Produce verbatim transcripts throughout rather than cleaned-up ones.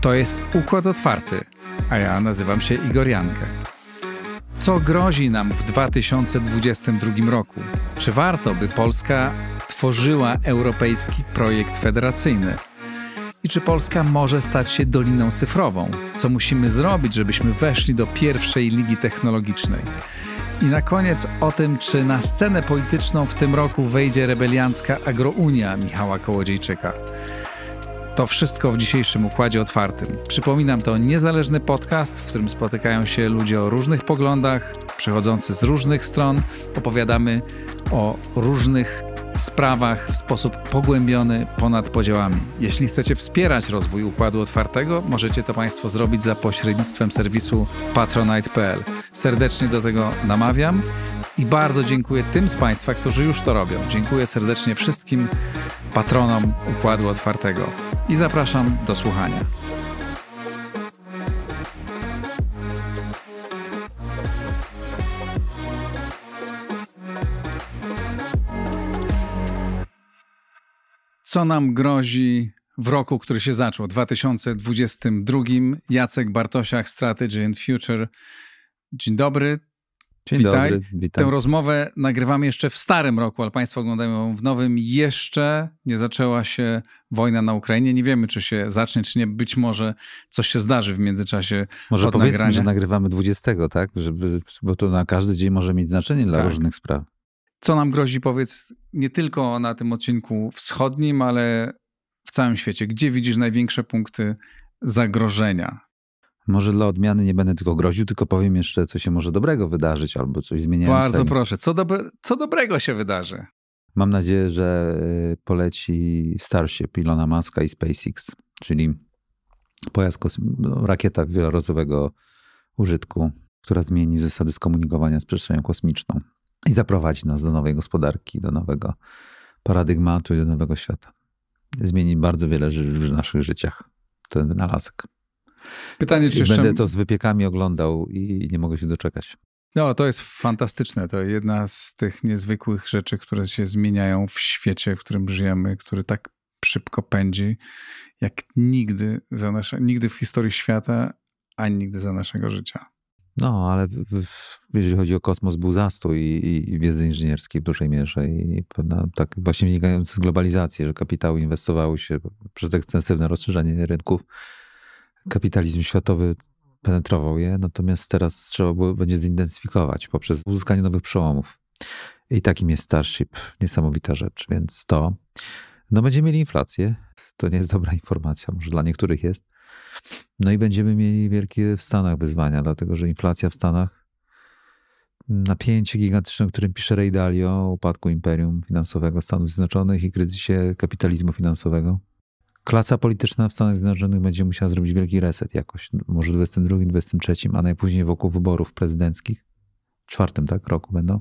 To jest Układ Otwarty, a ja nazywam się Igor Jankę. Co grozi nam w dwa tysiące dwudziestym drugim roku? Czy warto, by Polska tworzyła europejski projekt federacyjny? I czy Polska może stać się doliną cyfrową? Co musimy zrobić, żebyśmy weszli do pierwszej ligi technologicznej? I na koniec o tym, czy na scenę polityczną w tym roku wejdzie rebeliancka Agrounia Michała Kołodziejczyka. To wszystko w dzisiejszym Układzie Otwartym. Przypominam, to niezależny podcast, w którym spotykają się ludzie o różnych poglądach, przychodzący z różnych stron. Opowiadamy o różnych sprawach w sposób pogłębiony ponad podziałami. Jeśli chcecie wspierać rozwój Układu Otwartego, możecie to Państwo zrobić za pośrednictwem serwisu patronite kropka p l. Serdecznie do tego namawiam i bardzo dziękuję tym z Państwa, którzy już to robią. Dziękuję serdecznie wszystkim patronom Układu Otwartego i zapraszam do słuchania. Co nam grozi w roku, który się zaczął, dwa tysiące dwudziestym drugim? Jacek Bartosiak, Strategy and Future. Dzień dobry. Dzień Witaj. dobry, witam. Tę rozmowę nagrywamy jeszcze w starym roku, ale Państwo oglądają ją w nowym. Jeszcze nie zaczęła się wojna na Ukrainie. Nie wiemy, czy się zacznie, czy nie. Być może coś się zdarzy w międzyczasie. Może od powiedzmy, nagrania. że nagrywamy dwudziestego, tak? Żeby, bo to na każdy dzień może mieć znaczenie dla Tak. różnych spraw. Co nam grozi, powiedz, nie tylko na tym odcinku wschodnim, ale w całym świecie. Gdzie widzisz największe punkty zagrożenia? Może dla odmiany nie będę tylko groził, tylko powiem jeszcze, co się może dobrego wydarzyć albo coś zmieniającego. Bardzo proszę. Co, dobre, co dobrego się wydarzy? Mam nadzieję, że poleci Starship Ilona Muska i SpaceX, czyli pojazd, kosm- no, rakieta wielorazowego użytku, która zmieni zasady skomunikowania z przestrzenią kosmiczną i zaprowadzi nas do nowej gospodarki, do nowego paradygmatu i do nowego świata. Zmieni bardzo wiele rzeczy w naszych życiach. Ten wynalazek. Pytanie, czy I jeszcze... będę to z wypiekami oglądał i nie mogę się doczekać. No, to jest fantastyczne. To jedna z tych niezwykłych rzeczy, które się zmieniają w świecie, w którym żyjemy, który tak szybko pędzi, jak nigdy, za nasze, nigdy w historii świata, ani nigdy za naszego życia. No, ale w, w, jeżeli chodzi o kosmos, był zastój i, i wiedzy inżynierskiej w dużej mierze i pewna, tak właśnie wynikając z globalizacji, że kapitały inwestowały się przez ekstensywne rozszerzanie rynków. Kapitalizm światowy penetrował je, natomiast teraz trzeba było, będzie zintensyfikować poprzez uzyskanie nowych przełomów. I takim jest Starship. Niesamowita rzecz, więc to... No będziemy mieli inflację. To nie jest dobra informacja, może dla niektórych jest. No i będziemy mieli wielkie w Stanach wyzwania, dlatego że inflacja w Stanach, napięcie gigantyczne, o którym pisze Ray Dalio, o upadku imperium finansowego Stanów Zjednoczonych i kryzysie kapitalizmu finansowego. Klasa polityczna w Stanach Zjednoczonych będzie musiała zrobić wielki reset jakoś, może w dwudziestym drugim, dwudziestym trzecim, a najpóźniej wokół wyborów prezydenckich. W czwartym, tak, roku będą.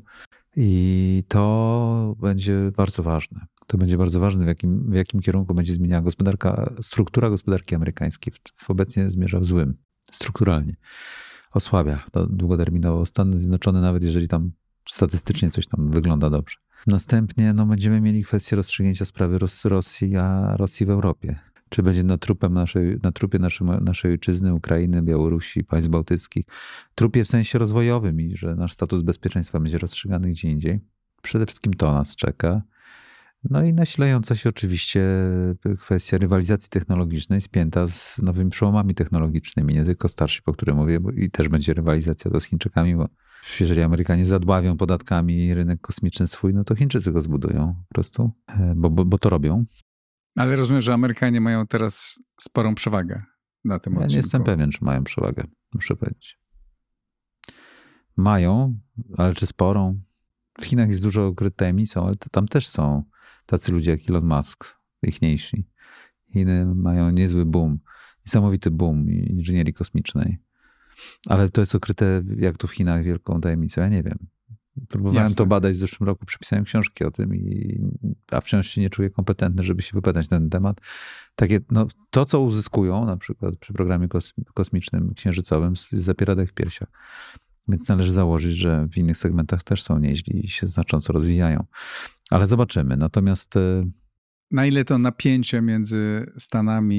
I to będzie bardzo ważne. To będzie bardzo ważne, w jakim, w jakim kierunku będzie zmieniała gospodarka, struktura gospodarki amerykańskiej. W obecnie zmierza w złym, strukturalnie. Osłabia to długoterminowo Stany Zjednoczone, nawet jeżeli tam statystycznie coś tam wygląda dobrze. Następnie no, będziemy mieli kwestię rozstrzygnięcia sprawy Ros- Rosji, a Rosji w Europie. Czy będzie na, trupem naszej, na trupie naszej, naszej ojczyzny, Ukrainy, Białorusi, państw bałtyckich. Trupie w sensie rozwojowym i że nasz status bezpieczeństwa będzie rozstrzygany gdzie indziej. Przede wszystkim to nas czeka. No i nasilająca się oczywiście kwestia rywalizacji technologicznej spięta z nowymi przełomami technologicznymi, nie tylko Starship, o którym mówię, bo i też będzie rywalizacja to z Chińczykami, bo jeżeli Amerykanie zadławią podatkami rynek kosmiczny swój, no to Chińczycy go zbudują po prostu, bo, bo, bo to robią. Ale rozumiem, że Amerykanie mają teraz sporą przewagę na tym Ja odcinku. nie jestem pewien, czy mają przewagę, muszę powiedzieć. Mają, ale czy sporą? W Chinach jest dużo ukrytą tajemnicą, ale to tam też są tacy ludzie jak Elon Musk, ichniejsi. Chiny mają niezły boom, niesamowity boom inżynierii kosmicznej. Ale to jest ukryte, jak tu w Chinach, wielką tajemnicą. Ja nie wiem. Próbowałem Jasne. to badać w zeszłym roku, przepisałem książki o tym, i, a wciąż się nie czuję kompetentny, żeby się wypowiadać na ten temat. Takie, no, to, co uzyskują, na przykład przy programie kos, kosmicznym, księżycowym, zapiera dech w piersiach. Więc należy założyć, że w innych segmentach też są nieźli i się znacząco rozwijają. Ale zobaczymy. Natomiast... Na ile to napięcie między Stanami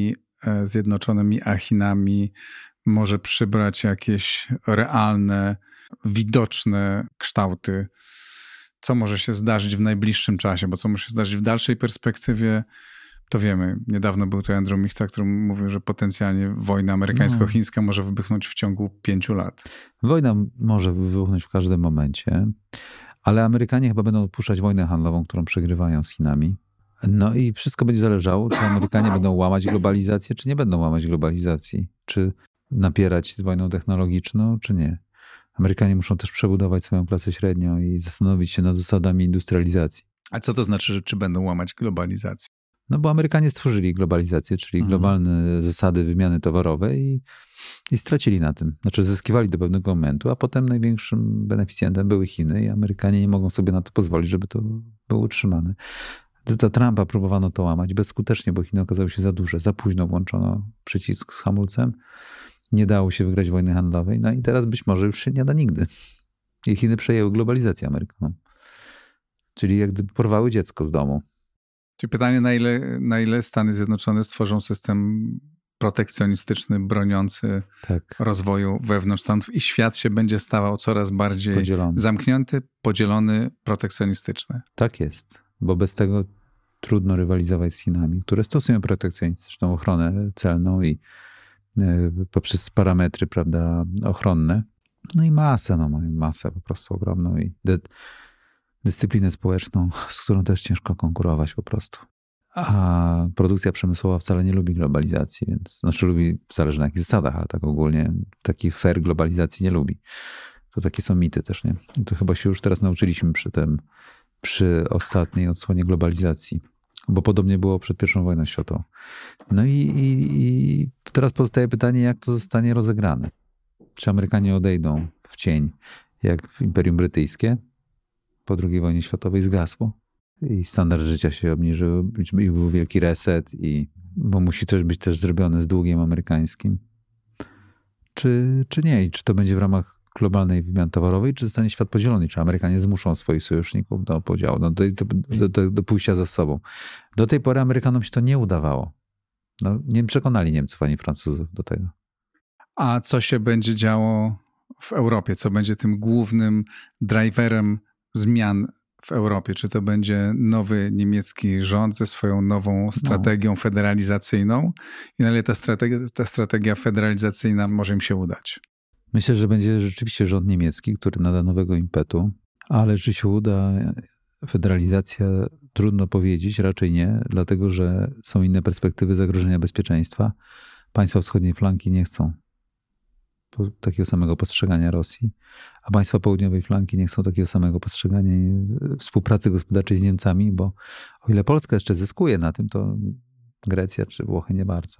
Zjednoczonymi a Chinami może przybrać jakieś realne, widoczne kształty? Co może się zdarzyć w najbliższym czasie? Bo co może się zdarzyć w dalszej perspektywie, to wiemy. Niedawno był to Andrew Michta, który mówił, że potencjalnie wojna amerykańsko-chińska może wybuchnąć w ciągu pięciu lat. Wojna może wybuchnąć w każdym momencie, ale Amerykanie chyba będą odpuszczać wojnę handlową, którą przegrywają z Chinami. No i wszystko będzie zależało, czy Amerykanie będą łamać globalizację, czy nie będą łamać globalizacji. Czy napierać z wojną technologiczną, czy nie. Amerykanie muszą też przebudować swoją klasę średnią i zastanowić się nad zasadami industrializacji. A co to znaczy, że czy będą łamać globalizację? No bo Amerykanie stworzyli globalizację, czyli mhm. globalne zasady wymiany towarowej i, i stracili na tym. Znaczy zyskiwali do pewnego momentu, a potem największym beneficjentem były Chiny i Amerykanie nie mogą sobie na to pozwolić, żeby to było utrzymane. Za Trumpa próbowano to łamać bezskutecznie, bo Chiny okazały się za duże. Za późno włączono przycisk z hamulcem. Nie dało się wygrać wojny handlowej. No i teraz być może już się nie da nigdy. I Chiny przejęły globalizację Amerykanom. Czyli jak gdyby porwały dziecko z domu. Czyli pytanie, na ile, na ile Stany Zjednoczone stworzą system protekcjonistyczny, broniący tak. rozwoju wewnątrz Stanów i świat się będzie stawał coraz bardziej podzielony. zamknięty, podzielony, protekcjonistyczny. Tak jest, bo bez tego trudno rywalizować z Chinami, które stosują protekcjonistyczną ochronę celną i poprzez parametry, prawda, ochronne. No i masę, no mają masę po prostu ogromną i dy, dyscyplinę społeczną, z którą też ciężko konkurować po prostu. A produkcja przemysłowa wcale nie lubi globalizacji, więc, znaczy lubi, zależy na jakich zasadach, ale tak ogólnie taki fair globalizacji nie lubi. To takie są mity też, nie? I to chyba się już teraz nauczyliśmy przy tym, przy ostatniej odsłonie globalizacji. Bo podobnie było przed pierwszą wojną światową. No i, i, i teraz pozostaje pytanie, jak to zostanie rozegrane. Czy Amerykanie odejdą w cień, jak w Imperium Brytyjskie po drugiej wojnie światowej zgasło i standard życia się obniżył i był wielki reset, i, bo musi też być też zrobione z długiem amerykańskim. Czy, czy nie? I czy to będzie w ramach globalnej wymiany towarowej, czy zostanie świat podzielony? Czy Amerykanie zmuszą swoich sojuszników do podziału, do, do, do, do, do pójścia za sobą? Do tej pory Amerykanom się to nie udawało. No, nie przekonali Niemców ani Francuzów do tego. A co się będzie działo w Europie? Co będzie tym głównym driverem zmian w Europie? Czy to będzie nowy niemiecki rząd ze swoją nową strategią no. federalizacyjną? I na ile ta strategia, ta strategia federalizacyjna może im się udać? Myślę, że będzie rzeczywiście rząd niemiecki, który nada nowego impetu, ale czy się uda federalizacja, trudno powiedzieć, raczej nie, dlatego że są inne perspektywy zagrożenia bezpieczeństwa. Państwa wschodniej flanki nie chcą takiego samego postrzegania Rosji, a państwa południowej flanki nie chcą takiego samego postrzegania współpracy gospodarczej z Niemcami, bo o ile Polska jeszcze zyskuje na tym, to Grecja czy Włochy nie bardzo.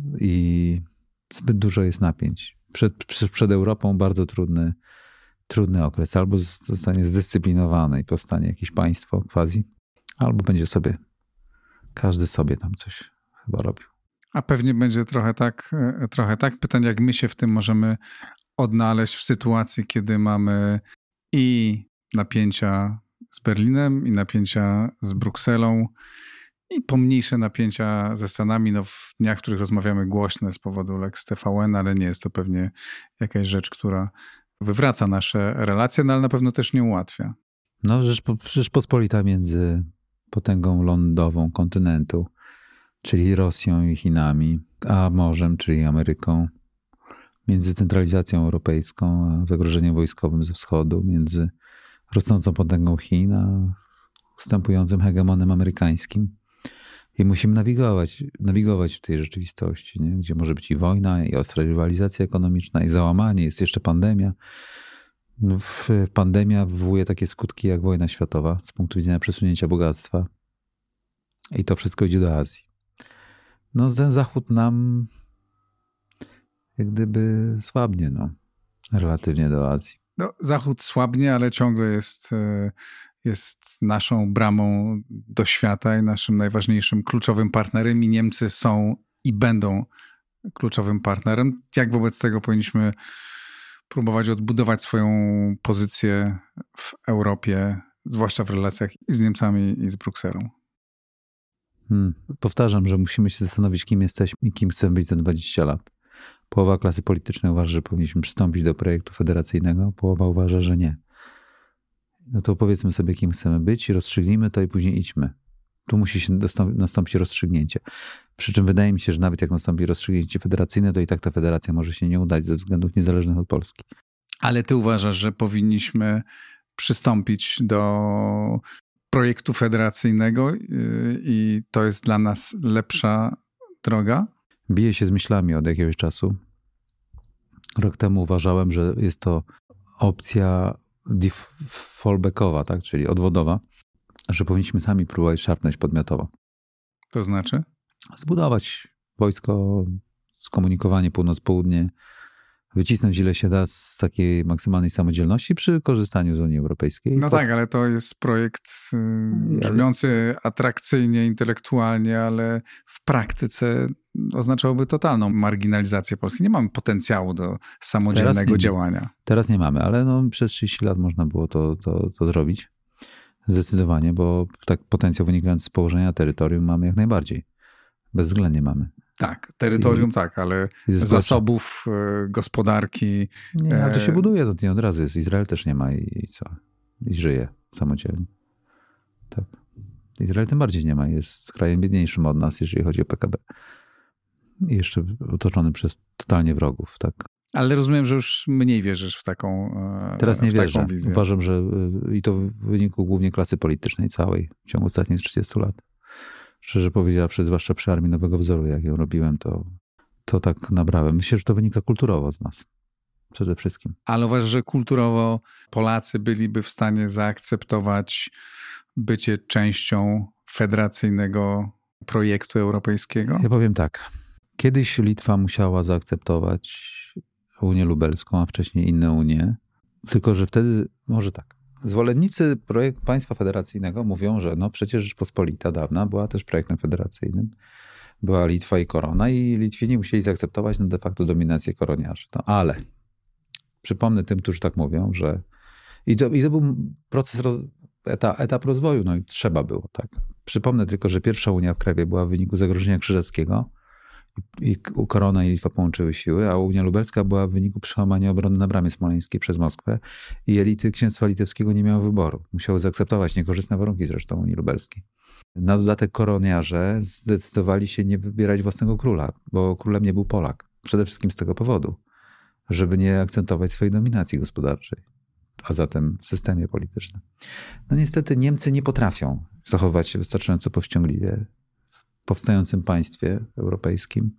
I zbyt dużo jest napięć. Przed, przed Europą bardzo trudny, trudny okres. Albo zostanie zdyscyplinowane i powstanie jakieś państwo quasi, albo będzie sobie, każdy sobie tam coś chyba robił. A pewnie będzie trochę tak, trochę tak. Pytanie, jak my się w tym możemy odnaleźć w sytuacji, kiedy mamy i napięcia z Berlinem, i napięcia z Brukselą, i pomniejsze napięcia ze Stanami. No w dniach, w których rozmawiamy, głośne z powodu Lex T V N, ale nie jest to pewnie jakaś rzecz, która wywraca nasze relacje, no ale na pewno też nie ułatwia. No Rzeczpospolita między potęgą lądową kontynentu, czyli Rosją i Chinami, a morzem, czyli Ameryką, między centralizacją europejską a zagrożeniem wojskowym ze wschodu, między rosnącą potęgą Chin a ustępującym hegemonem amerykańskim. I musimy nawigować, nawigować w tej rzeczywistości, nie? Gdzie może być i wojna, i ostra rywalizacja ekonomiczna, i załamanie, jest jeszcze pandemia. Pandemia wywołuje takie skutki jak wojna światowa z punktu widzenia przesunięcia bogactwa. I to wszystko idzie do Azji. No ten Zachód nam jak gdyby słabnie, no, relatywnie do Azji. No, Zachód słabnie, ale ciągle jest, jest naszą bramą do świata i naszym najważniejszym kluczowym partnerem, i Niemcy są i będą kluczowym partnerem. Jak wobec tego powinniśmy próbować odbudować swoją pozycję w Europie, zwłaszcza w relacjach i z Niemcami, i z Brukselą? Hmm. Powtarzam, że musimy się zastanowić, kim jesteśmy i kim chcemy być za dwadzieścia lat. Połowa klasy politycznej uważa, że powinniśmy przystąpić do projektu federacyjnego, połowa uważa, że nie. No to powiedzmy sobie, kim chcemy być i rozstrzygnijmy to i później idźmy. Tu musi się nastąpić rozstrzygnięcie. Przy czym wydaje mi się, że nawet jak nastąpi rozstrzygnięcie federacyjne, to i tak ta federacja może się nie udać ze względów niezależnych od Polski. Ale ty uważasz, że powinniśmy przystąpić do projektu federacyjnego i to jest dla nas lepsza droga? Biję się z myślami od jakiegoś czasu. Rok temu uważałem, że jest to opcja fallbackowa, tak? Czyli odwodowa, że powinniśmy sami próbować szarpnąć podmiotowo. To znaczy? Zbudować wojsko, skomunikowanie północ-południe, wycisnąć ile się da z takiej maksymalnej samodzielności przy korzystaniu z Unii Europejskiej. No to... tak, ale to jest projekt brzmiący atrakcyjnie, intelektualnie, ale w praktyce oznaczałoby totalną marginalizację Polski. Nie mamy potencjału do samodzielnego teraz nie, działania. Teraz nie mamy, ale no, przez trzydzieści lat można było to, to, to zrobić. Zdecydowanie, bo tak potencjał wynikający z położenia terytorium mamy jak najbardziej. Bezwzględnie mamy. Tak, terytorium I, tak, ale zasobów, y, gospodarki. Nie, ale to się buduje, to nie od razu jest. Izrael też nie ma i, i co? I żyje samodzielnie. Tak. Izrael tym bardziej nie ma. Jest krajem biedniejszym od nas, jeżeli chodzi o P K B. I jeszcze otoczony przez totalnie wrogów, tak. Ale rozumiem, że już mniej wierzysz w taką Teraz nie w wierzę. Taką wizję. Uważam, że i to w wyniku głównie klasy politycznej całej w ciągu ostatnich trzydziestu lat. Szczerze powiedziawszy, zwłaszcza przy Armii Nowego Wzoru, jak ją robiłem, to, to tak nabrałem. Myślę, że to wynika kulturowo z nas. Przede wszystkim. Ale uważasz, że kulturowo Polacy byliby w stanie zaakceptować bycie częścią federacyjnego projektu europejskiego? Ja powiem tak. Kiedyś Litwa musiała zaakceptować Unię Lubelską, a wcześniej inne Unie. Tylko że wtedy, może tak. Zwolennicy projekt państwa federacyjnego mówią, że no przecież Rzeczpospolita dawna była też projektem federacyjnym. Była Litwa i korona i Litwini musieli zaakceptować no de facto dominację koroniarzy. No, ale przypomnę tym, którzy tak mówią, że i to, i to był proces, roz, etap, etap rozwoju, no i trzeba było, tak. Przypomnę tylko, że pierwsza Unia w Krawie była w wyniku zagrożenia krzyżackiego i korona i Litwa połączyły siły, a Unia Lubelska była w wyniku przełamania obrony na Bramie Smoleńskiej przez Moskwę i elity księstwa litewskiego nie miały wyboru. Musiały zaakceptować niekorzystne warunki zresztą Unii Lubelskiej. Na dodatek koroniarze zdecydowali się nie wybierać własnego króla, bo królem nie był Polak. Przede wszystkim z tego powodu, żeby nie akcentować swojej dominacji gospodarczej, a zatem w systemie politycznym. No niestety Niemcy nie potrafią zachować się wystarczająco powściągliwie w powstającym państwie europejskim.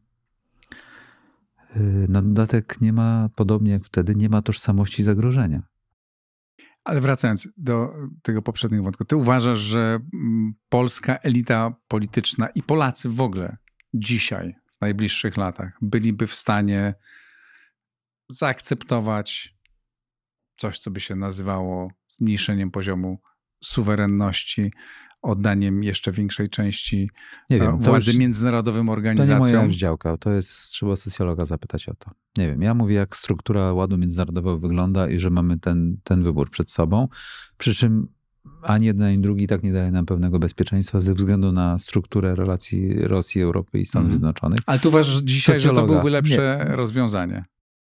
Na dodatek nie ma, podobnie jak wtedy, nie ma tożsamości zagrożenia. Ale wracając do tego poprzedniego wątku, ty uważasz, że polska elita polityczna i Polacy w ogóle dzisiaj, w najbliższych latach, byliby w stanie zaakceptować coś, co by się nazywało zmniejszeniem poziomu suwerenności, oddaniem jeszcze większej części nie wiem, władzy już, międzynarodowym organizacjom? To nie moja działka, to jest, trzeba socjologa zapytać o to. Nie wiem, ja mówię, jak struktura ładu międzynarodowego wygląda i że mamy ten, ten wybór przed sobą, przy czym ani jeden, ani drugi tak nie daje nam pewnego bezpieczeństwa ze względu na strukturę relacji Rosji, Europy i Stanów mm. Zjednoczonych. Ale tu uważasz dzisiaj, socjologa, że to byłoby lepsze nie. rozwiązanie?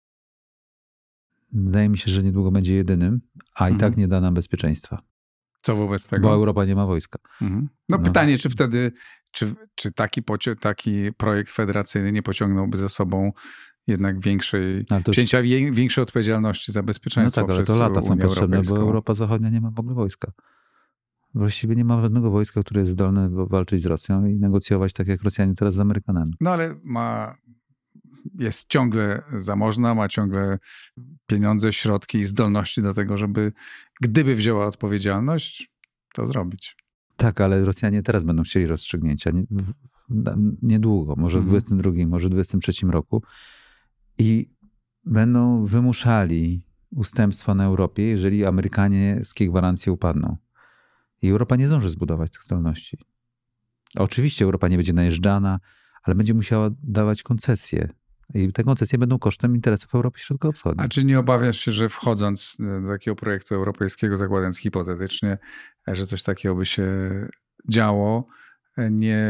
Wydaje mi się, że niedługo będzie jedynym, a mm. i tak nie da nam bezpieczeństwa. Co wobec tego? Bo Europa nie ma wojska. Mhm. No, no pytanie, czy wtedy, czy, czy taki, poci- taki projekt federacyjny nie pociągnąłby za sobą jednak większej, wzięcia już... większej odpowiedzialności za bezpieczeństwo no tak, ale przez to lata są Unię potrzebne, Europejską. Bo Europa Zachodnia nie ma w ogóle wojska. Właściwie nie ma żadnego wojska, które jest zdolne walczyć z Rosją i negocjować tak jak Rosjanie teraz z Amerykanami. No ale ma... jest ciągle zamożna, ma ciągle pieniądze, środki i zdolności do tego, żeby gdyby wzięła odpowiedzialność, to zrobić. Tak, ale Rosjanie teraz będą chcieli rozstrzygnięcia. Niedługo, może w dwudziestym drugim, może w dwudziestym trzecim roku. I będą wymuszali ustępstwa na Europie, jeżeli amerykańskie gwarancje upadną. I Europa nie zdąży zbudować tych zdolności. Oczywiście Europa nie będzie najeżdżana, ale będzie musiała dawać koncesje. I te koncesje będą kosztem interesów Europy Środkowo-Wschodniej. A czy nie obawiasz się, że wchodząc do takiego projektu europejskiego, zakładając hipotetycznie, że coś takiego by się działo, nie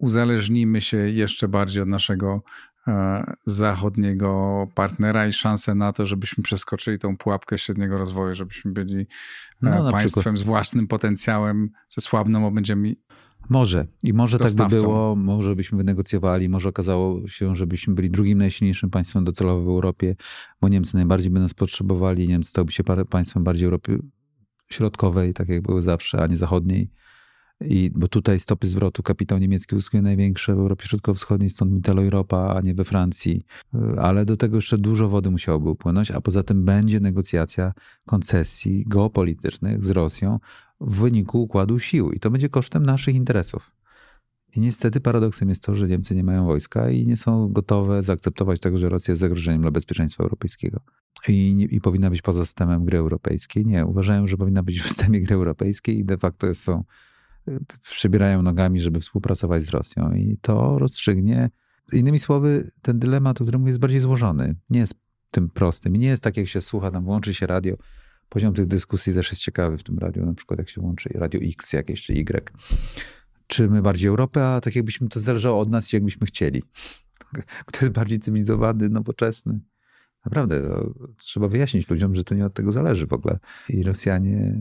uzależnimy się jeszcze bardziej od naszego e, zachodniego partnera i szansę na to, żebyśmy przeskoczyli tą pułapkę średniego rozwoju, żebyśmy byli No, e, państwem przykład. z własnym potencjałem, ze słabną, bo będziemy Może. I może dostawcą. Tak by było, może byśmy wynegocjowali, może okazało się, żebyśmy byli drugim najsilniejszym państwem docelowo w Europie, bo Niemcy najbardziej by nas potrzebowali, Niemcy stałby się państwem bardziej Europy Środkowej, tak jak były zawsze, a nie zachodniej. I, bo tutaj stopy zwrotu kapitał niemiecki uzyskuje największe w Europie Środkowo-Wschodniej, stąd Mitteleuropa, a nie we Francji. Ale do tego jeszcze dużo wody musiałoby upłynąć, a poza tym będzie negocjacja koncesji geopolitycznych z Rosją w wyniku układu sił. I to będzie kosztem naszych interesów. I niestety paradoksem jest to, że Niemcy nie mają wojska i nie są gotowe zaakceptować tego, że Rosja jest zagrożeniem dla bezpieczeństwa europejskiego. I, i powinna być poza systemem gry europejskiej. Nie, uważają, że powinna być w systemie gry europejskiej i de facto są, przebierają nogami, żeby współpracować z Rosją. I to rozstrzygnie. Innymi słowy, ten dylemat, o którym mówię, jest bardziej złożony. Nie jest tym prostym. I nie jest tak, jak się słucha, tam włączy się radio. Poziom tych dyskusji też jest ciekawy w tym radiu. Na przykład jak się włączy radio X jakieś, czy Y. Czy my bardziej Europę, a tak jakbyśmy to zależało od nas, jakbyśmy chcieli. Kto jest bardziej cywilizowany, nowoczesny. Naprawdę, trzeba wyjaśnić ludziom, że to nie od tego zależy w ogóle. I Rosjanie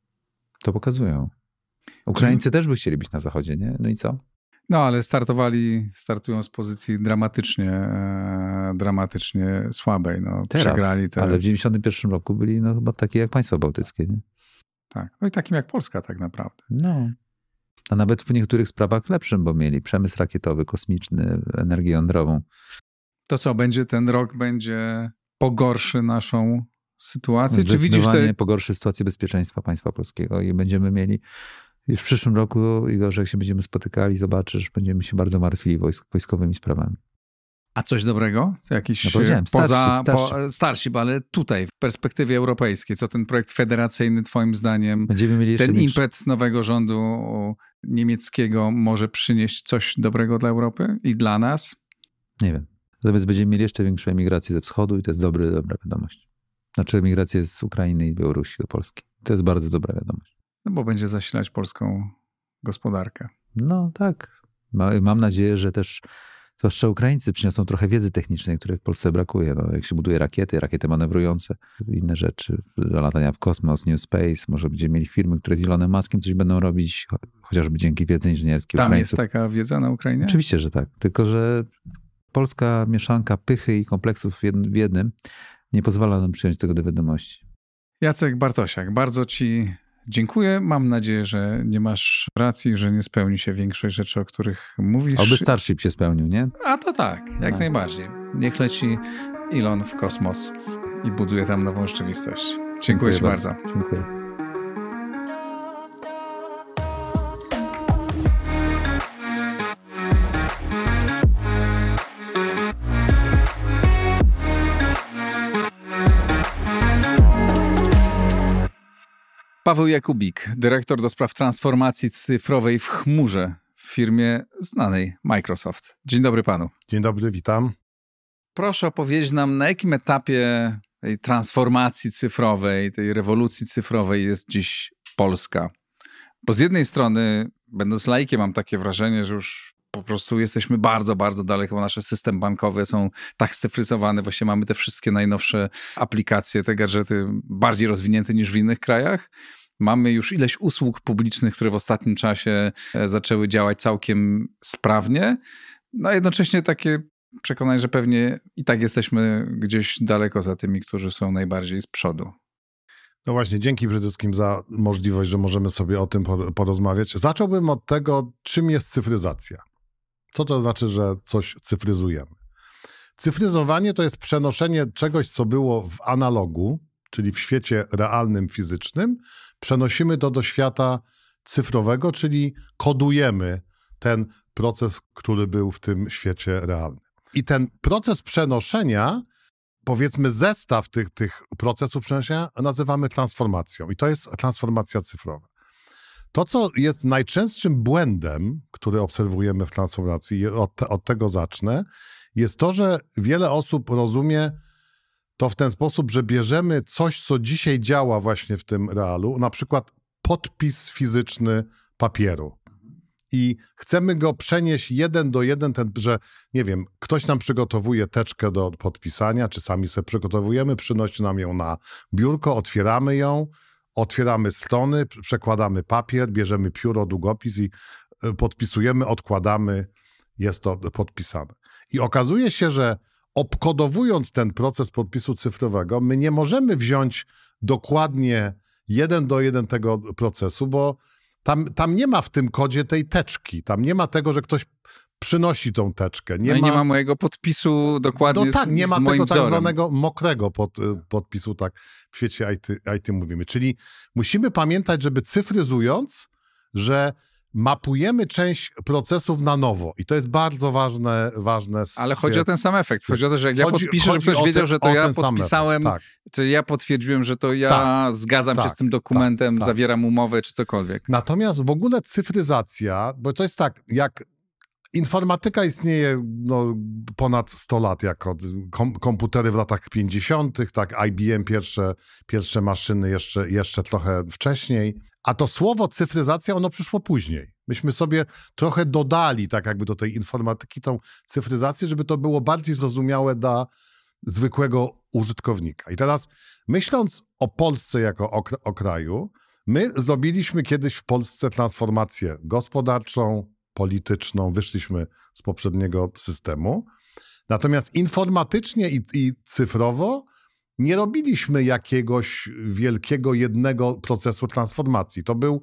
to pokazują. Ukraińcy Czy... też by chcieli być na zachodzie, nie? No i co? No, ale startowali, startują z pozycji dramatycznie, e, dramatycznie słabej. No, Teraz, przegrali te... ale w dziewięćdziesiątym pierwszym roku byli no, chyba takie jak państwa bałtyckie, nie? Tak, no i takim jak Polska tak naprawdę. No. A nawet w niektórych sprawach lepszym, bo mieli przemysł rakietowy, kosmiczny, energię jądrową. To co, będzie ten rok będzie pogorszy naszą sytuację? Zdecydowanie Czy widzisz te... pogorszy sytuację bezpieczeństwa państwa polskiego i będziemy mieli już w przyszłym roku, Igor, że jak się będziemy spotykali, zobaczysz, będziemy się bardzo martwili wojsk, wojskowymi sprawami. A coś dobrego? Co jakiś no powiedziałem, poza starszy, starszy. Po, starszy, ale tutaj w perspektywie europejskiej, co ten projekt federacyjny twoim zdaniem, będziemy mieli jeszcze ten większy... impet nowego rządu niemieckiego może przynieść coś dobrego dla Europy i dla nas? Nie wiem. Natomiast będziemy mieli jeszcze większą emigrację ze wschodu i to jest dobry, dobra wiadomość. Znaczy emigrację z Ukrainy i Białorusi do Polski. To jest bardzo dobra wiadomość. No bo będzie zasilać polską gospodarkę. No tak. Mam nadzieję, że też zwłaszcza Ukraińcy przyniosą trochę wiedzy technicznej, której w Polsce brakuje. No, jak się buduje rakiety, rakiety manewrujące, inne rzeczy, latania w kosmos, New Space, może będziemy mieli firmy, które z Elonem Muskiem coś będą robić, chociażby dzięki wiedzy inżynierskiej Tam Ukraińców. jest taka wiedza na Ukrainie? Oczywiście, że tak. Tylko że polska mieszanka pychy i kompleksów w jednym nie pozwala nam przyjąć tego do wiadomości. Jacek Bartosiak, bardzo ci dziękuję. Mam nadzieję, że nie masz racji, że nie spełni się większość rzeczy, o których mówisz. Oby Starship się spełnił, nie? A to tak, jak no. najbardziej. Niech leci Elon w kosmos i buduje tam nową rzeczywistość. Dziękuję, dziękuję ci bardzo. bardzo. Dziękuję. Paweł Jakubik, dyrektor do spraw transformacji cyfrowej w chmurze w firmie znanej Microsoft. Dzień dobry panu. Dzień dobry, witam. Proszę opowiedzieć nam, na jakim etapie tej transformacji cyfrowej, tej rewolucji cyfrowej jest dziś Polska. Bo z jednej strony, będąc laikiem, mam takie wrażenie, że już po prostu jesteśmy bardzo, bardzo daleko, bo nasze systemy bankowe są tak scyfryzowane, właśnie mamy te wszystkie najnowsze aplikacje, te gadżety bardziej rozwinięte niż w innych krajach. Mamy już ileś usług publicznych, które w ostatnim czasie zaczęły działać całkiem sprawnie, no a jednocześnie takie przekonanie, że pewnie i tak jesteśmy gdzieś daleko za tymi, którzy są najbardziej z przodu. No właśnie, dzięki przede wszystkim za możliwość, że możemy sobie o tym porozmawiać. Zacząłbym od tego, czym jest cyfryzacja. Co to znaczy, że coś cyfryzujemy? Cyfryzowanie to jest przenoszenie czegoś, co było w analogu, czyli w świecie realnym, fizycznym, przenosimy to do świata cyfrowego, czyli kodujemy ten proces, który był w tym świecie realnym. I ten proces przenoszenia, powiedzmy zestaw tych, tych procesów przenoszenia nazywamy transformacją. I to jest transformacja cyfrowa. To, co jest najczęstszym błędem, który obserwujemy w transformacji, od, te, od tego zacznę, jest to, że wiele osób rozumie to w ten sposób, że bierzemy coś, co dzisiaj działa właśnie w tym realu, na przykład podpis fizyczny papieru. i chcemy go przenieść jeden do jeden, ten, że nie wiem, ktoś nam przygotowuje teczkę do podpisania, czy sami sobie przygotowujemy, przynosi nam ją na biurko, otwieramy ją, otwieramy strony, przekładamy papier, bierzemy pióro, długopis i podpisujemy, odkładamy, jest to podpisane. I okazuje się, że obkodowując ten proces podpisu cyfrowego, my nie możemy wziąć dokładnie jeden do jeden tego procesu, bo tam, tam nie ma w tym kodzie tej teczki, tam nie ma tego, że ktoś przynosi tą teczkę. Nie, no ma, nie ma mojego podpisu dokładnie no tak, z, nie ma z tego moim tak wzorem. zwanego mokrego pod, podpisu, tak w świecie I T, I T mówimy. Czyli musimy pamiętać, żeby cyfryzując, że mapujemy część procesów na nowo i to jest bardzo ważne. ważne Ale chodzi o ten sam efekt. Chodzi o to, że jak chodzi, ja podpiszę, żeby ktoś wiedział, ten, że to ja ten podpisałem, tak. czy ja potwierdziłem, że to ja tak, zgadzam tak, się z tym dokumentem, tak, tak. zawieram umowę, czy cokolwiek. Natomiast w ogóle cyfryzacja, bo to jest tak, jak informatyka istnieje no, ponad sto lat, jako kom, komputery w latach pięćdziesiątych, tak, I B M pierwsze, pierwsze maszyny jeszcze, jeszcze trochę wcześniej, a to słowo cyfryzacja, ono przyszło później. Myśmy sobie trochę dodali, tak jakby do tej informatyki, tą cyfryzację, żeby to było bardziej zrozumiałe dla zwykłego użytkownika. I teraz myśląc o Polsce jako o, o kraju, my zrobiliśmy kiedyś w Polsce transformację gospodarczą, polityczną, wyszliśmy z poprzedniego systemu. Natomiast informatycznie i, i cyfrowo nie robiliśmy jakiegoś wielkiego jednego procesu transformacji. To był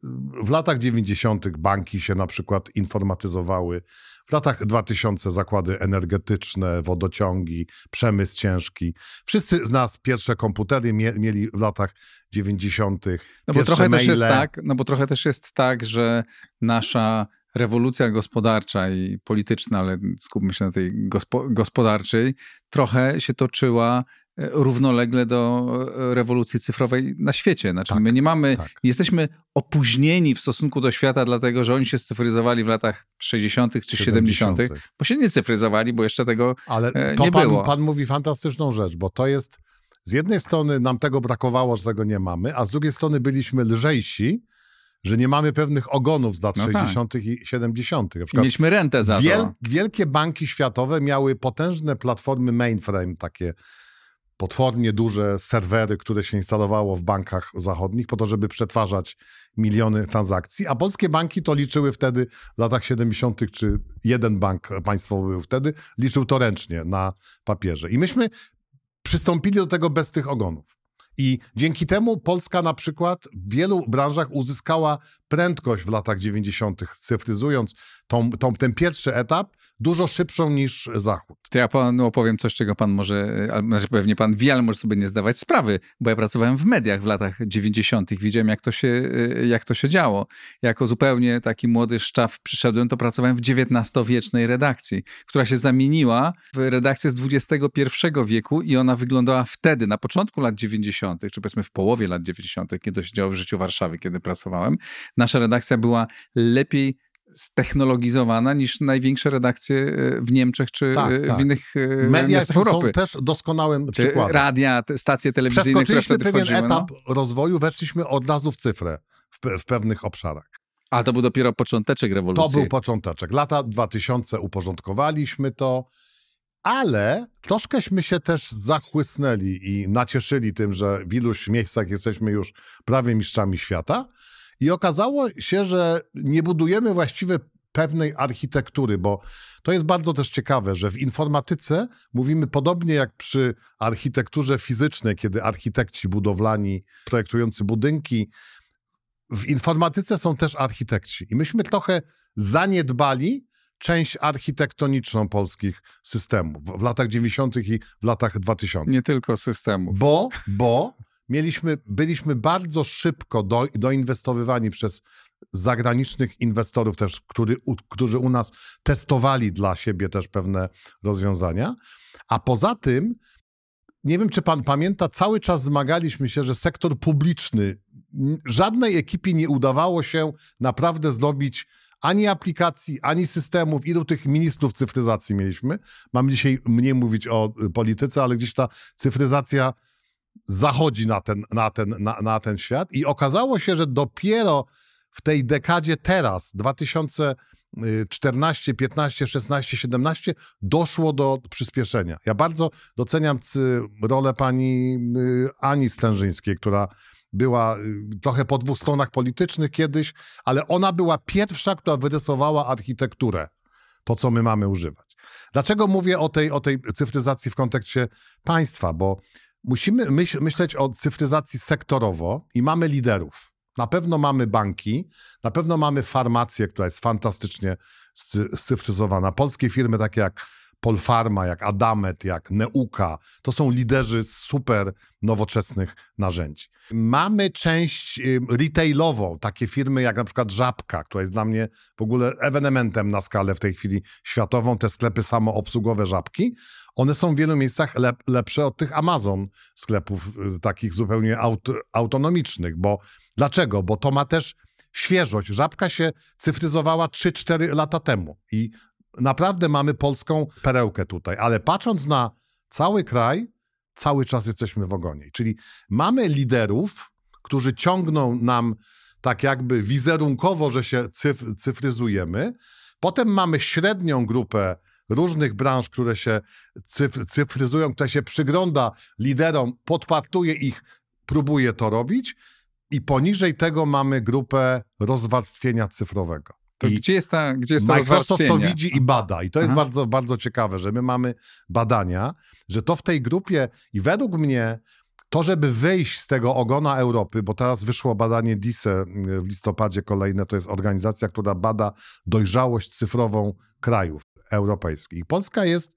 w latach dziewięćdziesiątych banki się na przykład informatyzowały, w latach dwutysięcznych zakłady energetyczne, wodociągi, przemysł ciężki. Wszyscy z nas pierwsze komputery mie mieli w latach dziewięćdziesiątych. No bo trochę maile. też jest tak, no bo trochę też jest tak, że nasza rewolucja gospodarcza i polityczna, ale skupmy się na tej gospo gospodarczej, trochę się toczyła równolegle do rewolucji cyfrowej na świecie. Znaczy tak, my nie mamy, tak. jesteśmy opóźnieni w stosunku do świata, dlatego że oni się scyfryzowali w latach sześćdziesiątych czy siedemdziesiątych, bo się nie cyfryzowali, bo jeszcze tego Ale nie to pan, było. Pan mówi fantastyczną rzecz, bo to jest, z jednej strony nam tego brakowało, że tego nie mamy, a z drugiej strony byliśmy lżejsi, że nie mamy pewnych ogonów z lat no sześćdziesiątych tak. i siedemdziesiątych. Na przykład mieliśmy rentę za wiel, to. Wielkie banki światowe miały potężne platformy mainframe, takie potwornie duże serwery, które się instalowało w bankach zachodnich po to, żeby przetwarzać miliony transakcji, a polskie banki to liczyły wtedy w latach siedemdziesiątych, czy jeden bank państwowy był wtedy, liczył to ręcznie na papierze. I myśmy przystąpili do tego bez tych ogonów. I dzięki temu Polska na przykład w wielu branżach uzyskała prędkość w latach dziewięćdziesiątych, cyfryzując tą, tą, ten pierwszy etap dużo szybszą niż Zachód. To ja panu opowiem coś, czego pan może, znaczy pewnie pan wie, ale może sobie nie zdawać sprawy, bo ja pracowałem w mediach w latach dziewięćdziesiątych. Widziałem, jak to się, jak to się działo. Jako zupełnie taki młody szczaw przyszedłem, to pracowałem w dziewiętnastowiecznej redakcji, która się zamieniła w redakcję z dwudziestego pierwszego wieku i ona wyglądała wtedy, na początku lat dziewięćdziesiątych, czy powiedzmy w połowie lat dziewięćdziesiątych, kiedy to się działo w życiu Warszawy, kiedy pracowałem. Nasza redakcja była lepiej ztechnologizowana niż największe redakcje w Niemczech czy tak, w tak. innych Media miastach są, Europy. są też doskonałym przykładem. Radia, te stacje telewizyjne, które wtedy pewien wchodziły. etap no. rozwoju, weszliśmy od razu w cyfrę w, pe w pewnych obszarach. A to był dopiero począteczek rewolucji. To był począteczek. Lata dwutysięczne uporządkowaliśmy to, ale troszkęśmy się też zachłysnęli i nacieszyli tym, że w iluś miejscach jesteśmy już prawie mistrzami świata. I okazało się, że nie budujemy właściwie pewnej architektury, bo to jest bardzo też ciekawe, że w informatyce mówimy podobnie jak przy architekturze fizycznej, kiedy architekci budowlani, projektujący budynki, w informatyce są też architekci. I myśmy trochę zaniedbali część architektoniczną polskich systemów w latach dziewięćdziesiątych i w latach dwutysięcznych. Nie tylko systemów. Bo, bo mieliśmy, byliśmy bardzo szybko do, doinwestowywani przez zagranicznych inwestorów też, który, u, którzy u nas testowali dla siebie też pewne rozwiązania. A poza tym, nie wiem, czy pan pamięta, cały czas zmagaliśmy się, że sektor publiczny, żadnej ekipie nie udawało się naprawdę zrobić ani aplikacji, ani systemów. Ilu tych ministrów cyfryzacji mieliśmy? Mam dzisiaj mniej mówić o polityce, ale gdzieś ta cyfryzacja zachodzi na ten, na ten, na, na ten świat i okazało się, że dopiero w tej dekadzie teraz, dwa tysiące czternaście, piętnaście, szesnaście, siedemnaście, doszło do przyspieszenia. Ja bardzo doceniam rolę pani Ani Stężyńskiej, która była trochę po dwóch stronach politycznych kiedyś, ale ona była pierwsza, która wyrysowała architekturę, to co my mamy używać. Dlaczego mówię o tej, o tej cyfryzacji w kontekście państwa? Bo musimy myśl, myśleć o cyfryzacji sektorowo i mamy liderów. Na pewno mamy banki, na pewno mamy farmację, która jest fantastycznie scyfryzowana. Polskie firmy takie jak Polpharma, jak Adamet, jak Neuka, to są liderzy super nowoczesnych narzędzi. Mamy część retailową, takie firmy jak na przykład Żabka, która jest dla mnie w ogóle ewenementem na skalę w tej chwili światową, te sklepy samoobsługowe Żabki. One są w wielu miejscach lep, lepsze od tych Amazon sklepów takich zupełnie aut, autonomicznych. Bo dlaczego? Bo to ma też świeżość. Żabka się cyfryzowała trzy cztery lata temu i naprawdę mamy polską perełkę tutaj. Ale patrząc na cały kraj, cały czas jesteśmy w ogonie. Czyli mamy liderów, którzy ciągną nam tak jakby wizerunkowo, że się cyf, cyfryzujemy. Potem mamy średnią grupę różnych branż, które się cyf- cyfryzują, które się przygląda liderom, podpatruje ich, próbuje to robić i poniżej tego mamy grupę rozwarstwienia cyfrowego. To I gdzie jest ta, gdzie jest to Microsoft to rozwarstwienie? widzi i bada. I to jest Aha. bardzo, bardzo ciekawe, że my mamy badania, że to w tej grupie i według mnie to, żeby wyjść z tego ogona Europy, bo teraz wyszło badanie D I S E w listopadzie kolejne, to jest organizacja, która bada dojrzałość cyfrową krajów europejskich. Polska jest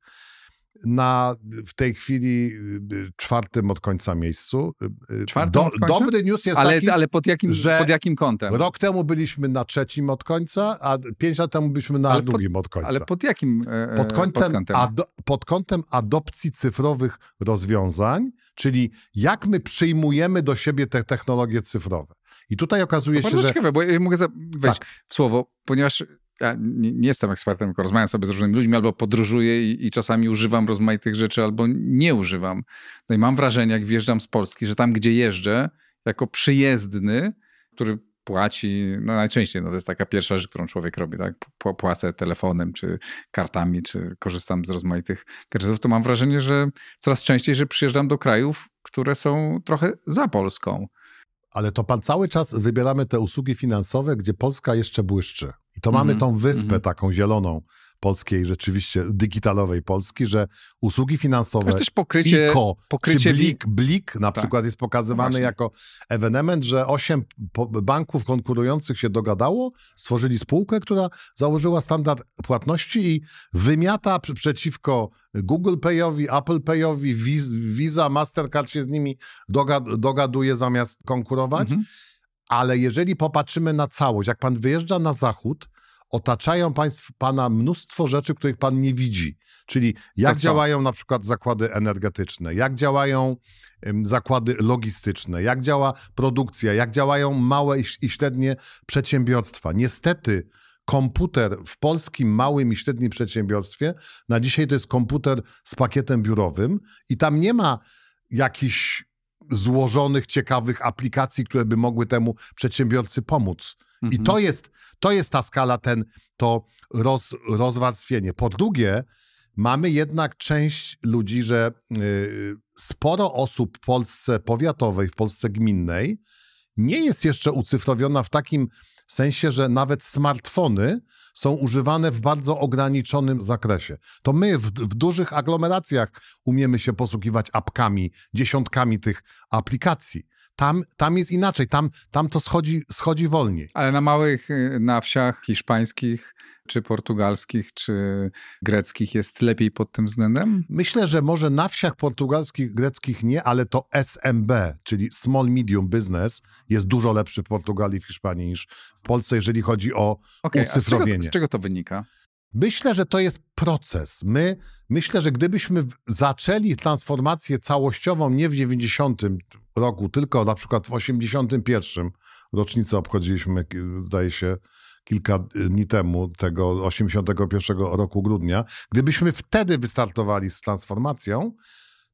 na w tej chwili czwartym od końca miejscu. Czwartym Do, od końca? Dobry news jest Ale, taki, ale pod jakim, że pod jakim kątem? rok temu byliśmy na trzecim od końca, a pięć lat temu byliśmy na Ale pod- drugim od końca. Ale pod jakim e, Pod kątem, pod kątem? ado, pod kątem adopcji cyfrowych rozwiązań, czyli jak my przyjmujemy do siebie te technologie cyfrowe. I tutaj okazuje To się, bardzo że... ciekawe, bo ja mogę za- wejść Tak. w słowo, ponieważ ja nie, nie jestem ekspertem, tylko rozmawiam sobie z różnymi ludźmi, albo podróżuję i, i czasami używam rozmaitych rzeczy, albo nie używam. No i mam wrażenie, jak wjeżdżam z Polski, że tam, gdzie jeżdżę, jako przyjezdny, który płaci, no najczęściej no to jest taka pierwsza rzecz, którą człowiek robi, tak? P- Płacę telefonem, czy kartami, czy korzystam z rozmaitych gadżetów, to mam wrażenie, że coraz częściej, że przyjeżdżam do krajów, które są trochę za Polską. Ale to pan cały czas wybieramy te usługi finansowe, gdzie Polska jeszcze błyszczy. I to Mhm, mamy tą wyspę mhm. taką zieloną polskiej, rzeczywiście digitalowej Polski, że usługi To finansowe, jest też pokrycie, I K O, pokrycie czy Blik, Blik na Tak. przykład jest pokazywany No właśnie. jako ewenement, że osiem po- banków konkurujących się dogadało, stworzyli spółkę, która założyła standard płatności i wymiata pr- przeciwko Google Payowi, Apple Payowi, Vis- Visa, Mastercard się z nimi doga- dogaduje zamiast konkurować. Mhm. Ale jeżeli popatrzymy na całość, jak pan wyjeżdża na zachód, otaczają państw, pana mnóstwo rzeczy, których pan nie widzi. Czyli jak co? działają na przykład zakłady energetyczne, jak działają ym, zakłady logistyczne, jak działa produkcja, jak działają małe i, i średnie przedsiębiorstwa. Niestety komputer w polskim małym i średnim przedsiębiorstwie na dzisiaj to jest komputer z pakietem biurowym i tam nie ma jakichś złożonych, ciekawych aplikacji, które by mogły temu przedsiębiorcy pomóc. I Mhm. to jest, to jest ta skala, ten, to roz, rozwarstwienie. Po drugie, mamy jednak część ludzi, że y, sporo osób w Polsce powiatowej, w Polsce gminnej nie jest jeszcze ucyfrowiona w takim sensie, że nawet smartfony są używane w bardzo ograniczonym zakresie. To my w, w dużych aglomeracjach umiemy się posługiwać apkami, dziesiątkami tych aplikacji. Tam, tam jest inaczej, tam, tam to schodzi, schodzi wolniej. Ale na małych, y, na wsiach hiszpańskich, czy portugalskich, czy greckich jest lepiej pod tym względem? Myślę, że może na wsiach portugalskich, greckich nie, ale to S M B, czyli Small Medium Business, jest dużo lepszy w Portugalii, w Hiszpanii niż w Polsce, jeżeli chodzi o Okej, a z czego, ucyfrowienie. z czego to wynika? Myślę, że to jest proces. My, myślę, że gdybyśmy w- zaczęli transformację całościową nie w dziewięćdziesiątym roku, tylko na przykład w osiemdziesiątym pierwszym, rocznicę obchodziliśmy, ki- zdaje się, kilka dni temu, tego osiemdziesiątego pierwszego roku grudnia, gdybyśmy wtedy wystartowali z transformacją,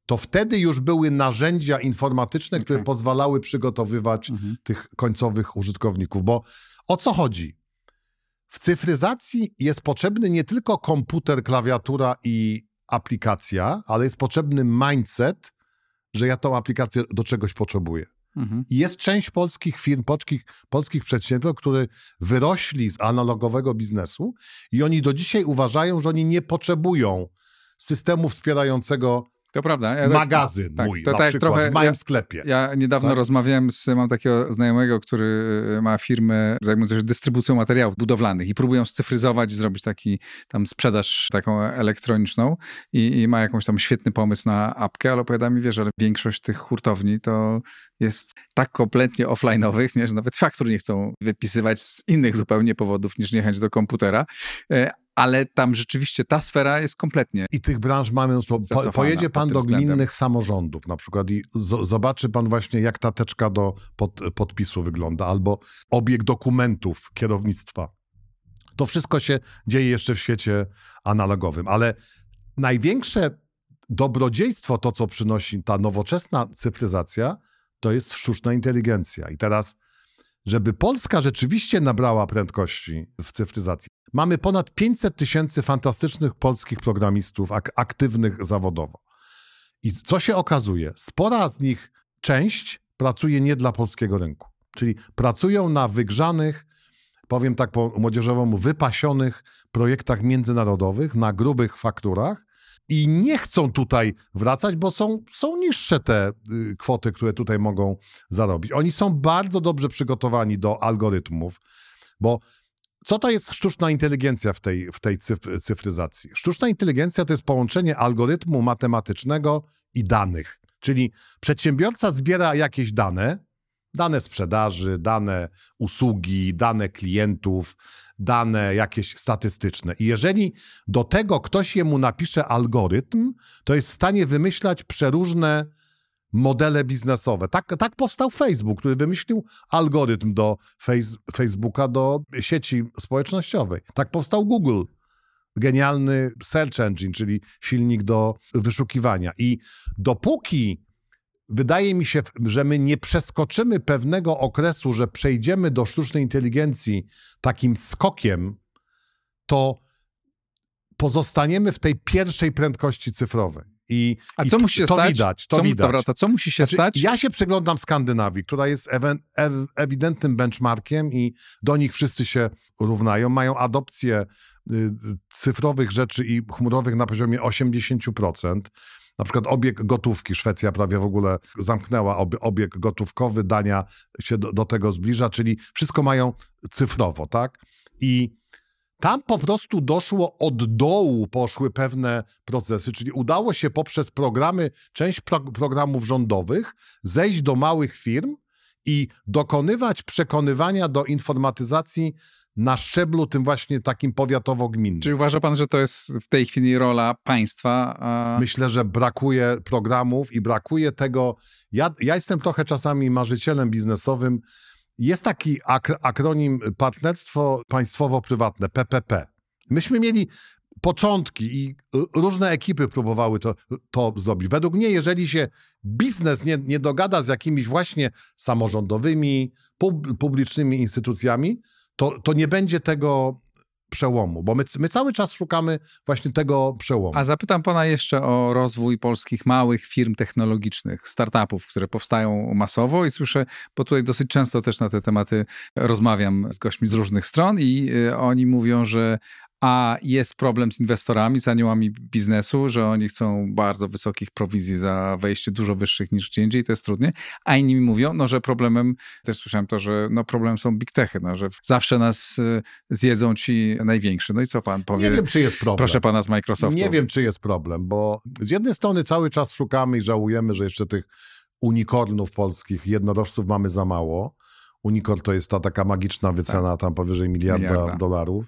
to wtedy już były narzędzia informatyczne, które Okay. pozwalały przygotowywać Mhm. tych końcowych użytkowników. Bo o co chodzi? W cyfryzacji jest potrzebny nie tylko komputer, klawiatura i aplikacja, ale jest potrzebny mindset, że ja tą aplikację do czegoś potrzebuję. Mhm. I jest część polskich firm, polskich, polskich przedsiębiorstw, które wyrośli z analogowego biznesu i oni do dzisiaj uważają, że oni nie potrzebują systemu wspierającego To prawda. Ja tak- magazyn tak, mój, to na tak przykład, trochę w moim ja- sklepie. Ja niedawno Tak? rozmawiałem z, mam takiego znajomego, który ma firmę zajmującą się dystrybucją materiałów budowlanych i próbują scyfryzować, zrobić taki tam sprzedaż taką elektroniczną i, i ma jakąś tam świetny pomysł na apkę, ale opowiada mi, wiesz, ale większość tych hurtowni to jest tak kompletnie offline'owych, nie, że nawet faktur nie chcą wypisywać z innych zupełnie powodów niż niechęć do komputera. E, Ale tam rzeczywiście ta sfera jest kompletnie. I tych branż mamy mnóstwo. Po, Zacofana pojedzie pan pod do tym względem. gminnych samorządów na przykład i z, zobaczy pan właśnie, jak ta teczka do pod, podpisu wygląda, albo obieg dokumentów kierownictwa. To wszystko się dzieje jeszcze w świecie analogowym, ale największe dobrodziejstwo, to co przynosi ta nowoczesna cyfryzacja, to jest sztuczna inteligencja. I teraz, żeby Polska rzeczywiście nabrała prędkości w cyfryzacji, mamy ponad pięćset tysięcy fantastycznych polskich programistów ak- aktywnych zawodowo. I co się okazuje? Spora z nich część pracuje nie dla polskiego rynku. Czyli pracują na wygrzanych, powiem tak po młodzieżowemu, wypasionych projektach międzynarodowych, na grubych fakturach i nie chcą tutaj wracać, bo są, są niższe te y, kwoty, które tutaj mogą zarobić. Oni są bardzo dobrze przygotowani do algorytmów, bo co to jest sztuczna inteligencja w tej, w tej cyf- cyfryzacji? Sztuczna inteligencja to jest połączenie algorytmu matematycznego i danych. Czyli przedsiębiorca zbiera jakieś dane, dane sprzedaży, dane usługi, dane klientów, dane jakieś statystyczne. I jeżeli do tego ktoś jemu napisze algorytm, to jest w stanie wymyślać przeróżne modele biznesowe. Tak, tak powstał Facebook, który wymyślił algorytm do face, Facebooka, do sieci społecznościowej. Tak powstał Google, genialny search engine, czyli silnik do wyszukiwania. I dopóki wydaje mi się, że my nie przeskoczymy pewnego okresu, że przejdziemy do sztucznej inteligencji takim skokiem, to pozostaniemy w tej pierwszej prędkości cyfrowej. I, A i co musi się to stać? widać, to co, widać. Dobra, to co musi się Znaczy, stać? ja się przyglądam Skandynawii, która jest ewe- ew- ewidentnym benchmarkiem i do nich wszyscy się równają. Mają adopcję y, cyfrowych rzeczy i chmurowych na poziomie osiemdziesiąt procent. Na przykład obieg gotówki. Szwecja prawie w ogóle zamknęła obi- obieg gotówkowy, Dania się do, do tego zbliża, czyli wszystko mają cyfrowo, tak? I tam po prostu doszło od dołu, poszły pewne procesy, czyli udało się poprzez programy, część pro, programów rządowych zejść do małych firm i dokonywać przekonywania do informatyzacji na szczeblu tym właśnie takim powiatowo-gminnym. Czy uważa pan, że to jest w tej chwili rola państwa? A... Myślę, że brakuje programów i brakuje tego. Ja, ja jestem trochę czasami marzycielem biznesowym. Jest taki ak- akronim partnerstwo państwowo-prywatne, P P P. Myśmy mieli początki i różne ekipy próbowały to, to zrobić. Według mnie, jeżeli się biznes nie, nie dogada z jakimiś właśnie samorządowymi, pub- publicznymi instytucjami, to, to nie będzie tego przełomu, bo my, my cały czas szukamy właśnie tego przełomu. A zapytam pana jeszcze o rozwój polskich małych firm technologicznych, startupów, które powstają masowo i słyszę, bo tutaj dosyć często też na te tematy rozmawiam z gośćmi z różnych stron i y, oni mówią, że a jest problem z inwestorami, z aniołami biznesu, że oni chcą bardzo wysokich prowizji za wejście, dużo wyższych niż gdzie indziej, to jest trudnie. A inni mi mówią, no, że problemem, też słyszałem to, że no, problemem są big techy, no, że zawsze nas y, zjedzą ci największy. No i co pan powie? Nie wiem, czy jest problem. Proszę pana z Microsoftu. Nie wiem, czy jest problem, bo z jednej strony cały czas szukamy i żałujemy, że jeszcze tych unicornów polskich, jednorożców mamy za mało. Unicorn to jest ta taka magiczna wycena tak. tam powyżej miliarda, miliarda. dolarów.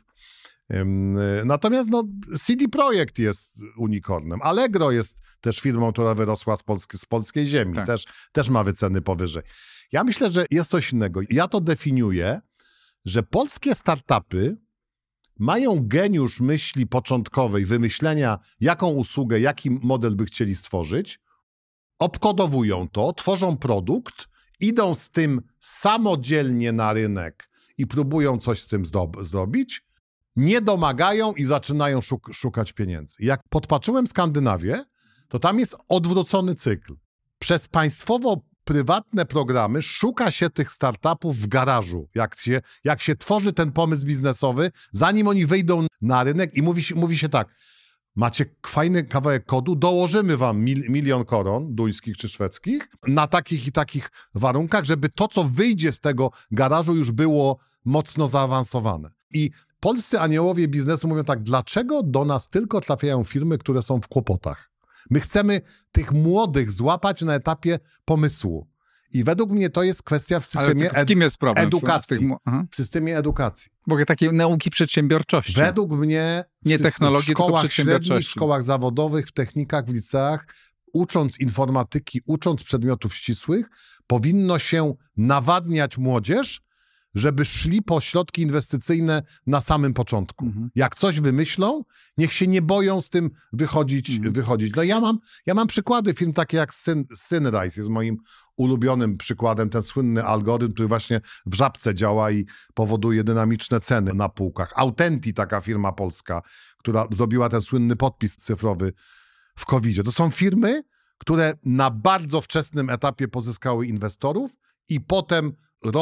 Natomiast no, C D Projekt jest unicornem. Allegro jest też firmą, która wyrosła z, polski, z polskiej ziemi. Tak. Też, też ma wyceny powyżej. Ja myślę, że jest coś innego. Ja to definiuję, że polskie startupy mają geniusz myśli początkowej, wymyślenia, jaką usługę, jaki model by chcieli stworzyć, obkodowują to, tworzą produkt, idą z tym samodzielnie na rynek i próbują coś z tym zdob- zrobić, nie domagają i zaczynają szuk- szukać pieniędzy. Jak podpatrzyłem Skandynawię, to tam jest odwrócony cykl. Przez państwowo-prywatne programy szuka się tych startupów w garażu, jak się, jak się tworzy ten pomysł biznesowy, zanim oni wyjdą na rynek i mówi się, mówi się tak, macie fajny kawałek kodu, dołożymy wam mil, milion koron duńskich czy szwedzkich na takich i takich warunkach, żeby to, co wyjdzie z tego garażu, już było mocno zaawansowane. I polscy aniołowie biznesu mówią tak, dlaczego do nas tylko trafiają firmy, które są w kłopotach? My chcemy tych młodych złapać na etapie pomysłu. I według mnie to jest kwestia w systemie Ale w kim jest problem? edukacji. W, tych... w systemie edukacji. W ogóle takiej nauki przedsiębiorczości. Według mnie w, nie system, technologii, w szkołach tylko średnich, w szkołach zawodowych, w technikach, w liceach, ucząc informatyki, ucząc przedmiotów ścisłych, powinno się nawadniać młodzież, żeby szli po środki inwestycyjne na samym początku. Mhm. Jak coś wymyślą, niech się nie boją z tym wychodzić. Mhm. wychodzić. No ja mam, ja mam przykłady, film takie jak Syn, Synrise jest moim ulubionym przykładem, ten słynny algorytm, który właśnie w Żabce działa i powoduje dynamiczne ceny na półkach. Autenti, taka firma polska, która zrobiła ten słynny podpis cyfrowy w kowidzie. To są firmy, które na bardzo wczesnym etapie pozyskały inwestorów i potem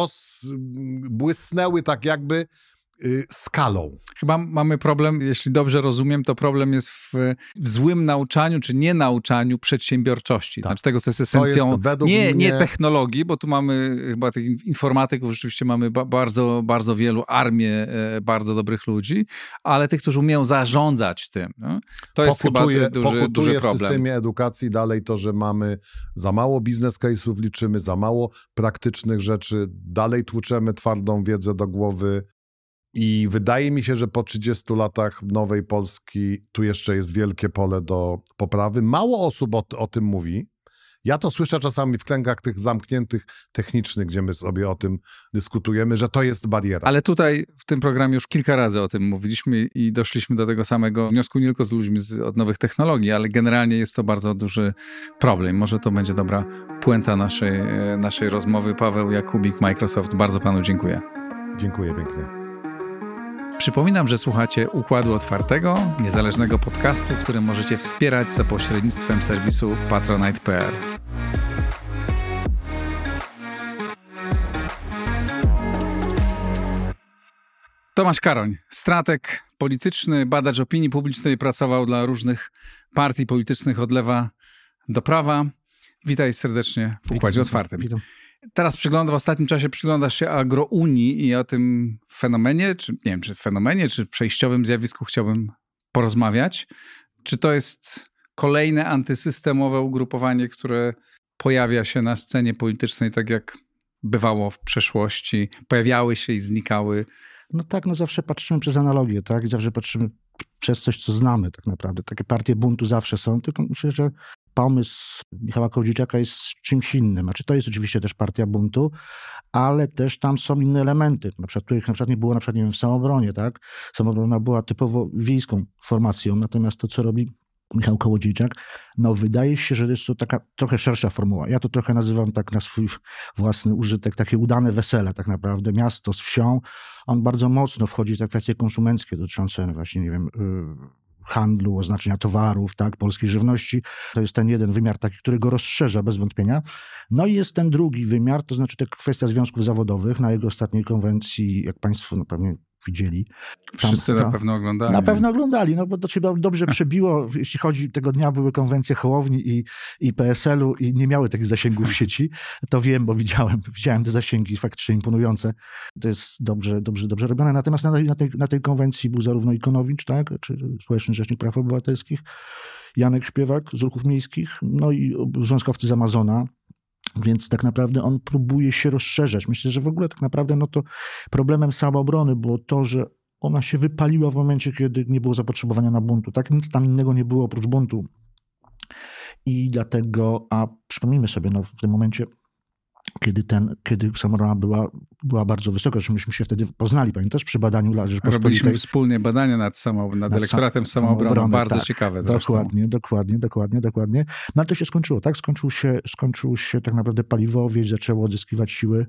rozbłysnęły tak jakby y, skalą. Chyba mamy problem, jeśli dobrze rozumiem, to problem jest w, w złym nauczaniu, czy nie nauczaniu przedsiębiorczości. Tak. Znaczy tego, co jest esencją jest nie, mnie... nie technologii, bo tu mamy chyba tych informatyków, rzeczywiście mamy ba- bardzo, bardzo wielu, armię e, bardzo dobrych ludzi, ale tych, którzy umieją zarządzać tym. No? To jest pokutuje, chyba duży, pokutuje duży problem. w systemie edukacji dalej to, że mamy za mało biznes case'ów liczymy, za mało praktycznych rzeczy, dalej tłuczemy twardą wiedzę do głowy. I wydaje mi się, że po trzydziestu latach nowej Polski tu jeszcze jest wielkie pole do poprawy. Mało osób o, o tym mówi. Ja to słyszę czasami w kręgach tych zamkniętych technicznych, gdzie my sobie o tym dyskutujemy, że to jest bariera. Ale tutaj w tym programie już kilka razy o tym mówiliśmy i doszliśmy do tego samego wniosku, nie tylko z ludźmi z, od nowych technologii, ale generalnie jest to bardzo duży problem. Może to będzie dobra puenta naszej, naszej rozmowy. Paweł Jakubik, Microsoft, bardzo panu dziękuję. Dziękuję pięknie. Przypominam, że słuchacie Układu Otwartego, niezależnego podcastu, który możecie wspierać za pośrednictwem serwisu patronite kropka p l. Tomasz Karoń, strateg polityczny, badacz opinii publicznej, pracował dla różnych partii politycznych od lewa do prawa. Witaj serdecznie w Układzie Otwartym. Witam. Teraz przygląda, w ostatnim czasie przyglądasz się agrounii i o tym fenomenie, czy nie wiem, czy fenomenie, czy przejściowym zjawisku chciałbym porozmawiać. Czy to jest kolejne antysystemowe ugrupowanie, które pojawia się na scenie politycznej, tak jak bywało w przeszłości, pojawiały się i znikały? No tak, no zawsze patrzymy przez analogię, tak? I zawsze patrzymy przez coś, co znamy tak naprawdę. Takie partie buntu zawsze są, tylko myślę, że pomysł Michała Kołodziejczaka jest czymś innym. Znaczy, to jest oczywiście też partia buntu, ale też tam są inne elementy, na przykład, których na przykład nie było na przykład, nie wiem, w Samoobronie, tak? Samoobrona była typowo wiejską formacją, natomiast to, co robi Michał Kołodziejczak, no wydaje się, że jest to taka trochę szersza formuła. Ja to trochę nazywam tak na swój własny użytek, takie udane wesele tak naprawdę, miasto z wsią. On bardzo mocno wchodzi w te kwestie konsumenckie dotyczące właśnie, nie wiem, yy, handlu, oznaczenia towarów, tak, polskiej żywności. To jest ten jeden wymiar taki, który go rozszerza bez wątpienia. No i jest ten drugi wymiar, to znaczy ta kwestia związków zawodowych. Na jego ostatniej konwencji, jak państwo no pewnie widzieli. Tam, Wszyscy to, na pewno oglądali. Na pewno oglądali, no bo to się dobrze przebiło. Jeśli chodzi, tego dnia były konwencje Hołowni i, i P S L u i nie miały takich zasięgów w sieci. To wiem, bo widziałem, widziałem te zasięgi faktycznie imponujące. To jest dobrze, dobrze, dobrze robione. Natomiast na, na, tej, na tej konwencji był zarówno Ikonowicz, tak, czy Społeczny Rzecznik Praw Obywatelskich, Janek Śpiewak z Ruchów Miejskich, no i związkowcy z Amazona. Więc tak naprawdę on próbuje się rozszerzać. Myślę, że w ogóle tak naprawdę no to problemem Samoobrony było to, że ona się wypaliła w momencie, kiedy nie było zapotrzebowania na buntu. Tak? Nic tam innego nie było oprócz buntu. I dlatego, a przypomnijmy sobie, no w tym momencie kiedy, ten, kiedy samoobrona była, była bardzo wysoka, że myśmy się wtedy poznali, pamiętasz, przy badaniu Lat Rzeczypospolitej. Robiliśmy wspólnie badania nad, samo, nad, nad elektoratem samoobroną, bardzo tak, ciekawe zresztą. Dokładnie, dokładnie, dokładnie, dokładnie. No ale to się skończyło, tak? Skończył się, skończył się tak naprawdę paliwowo, wieś zaczęło odzyskiwać siły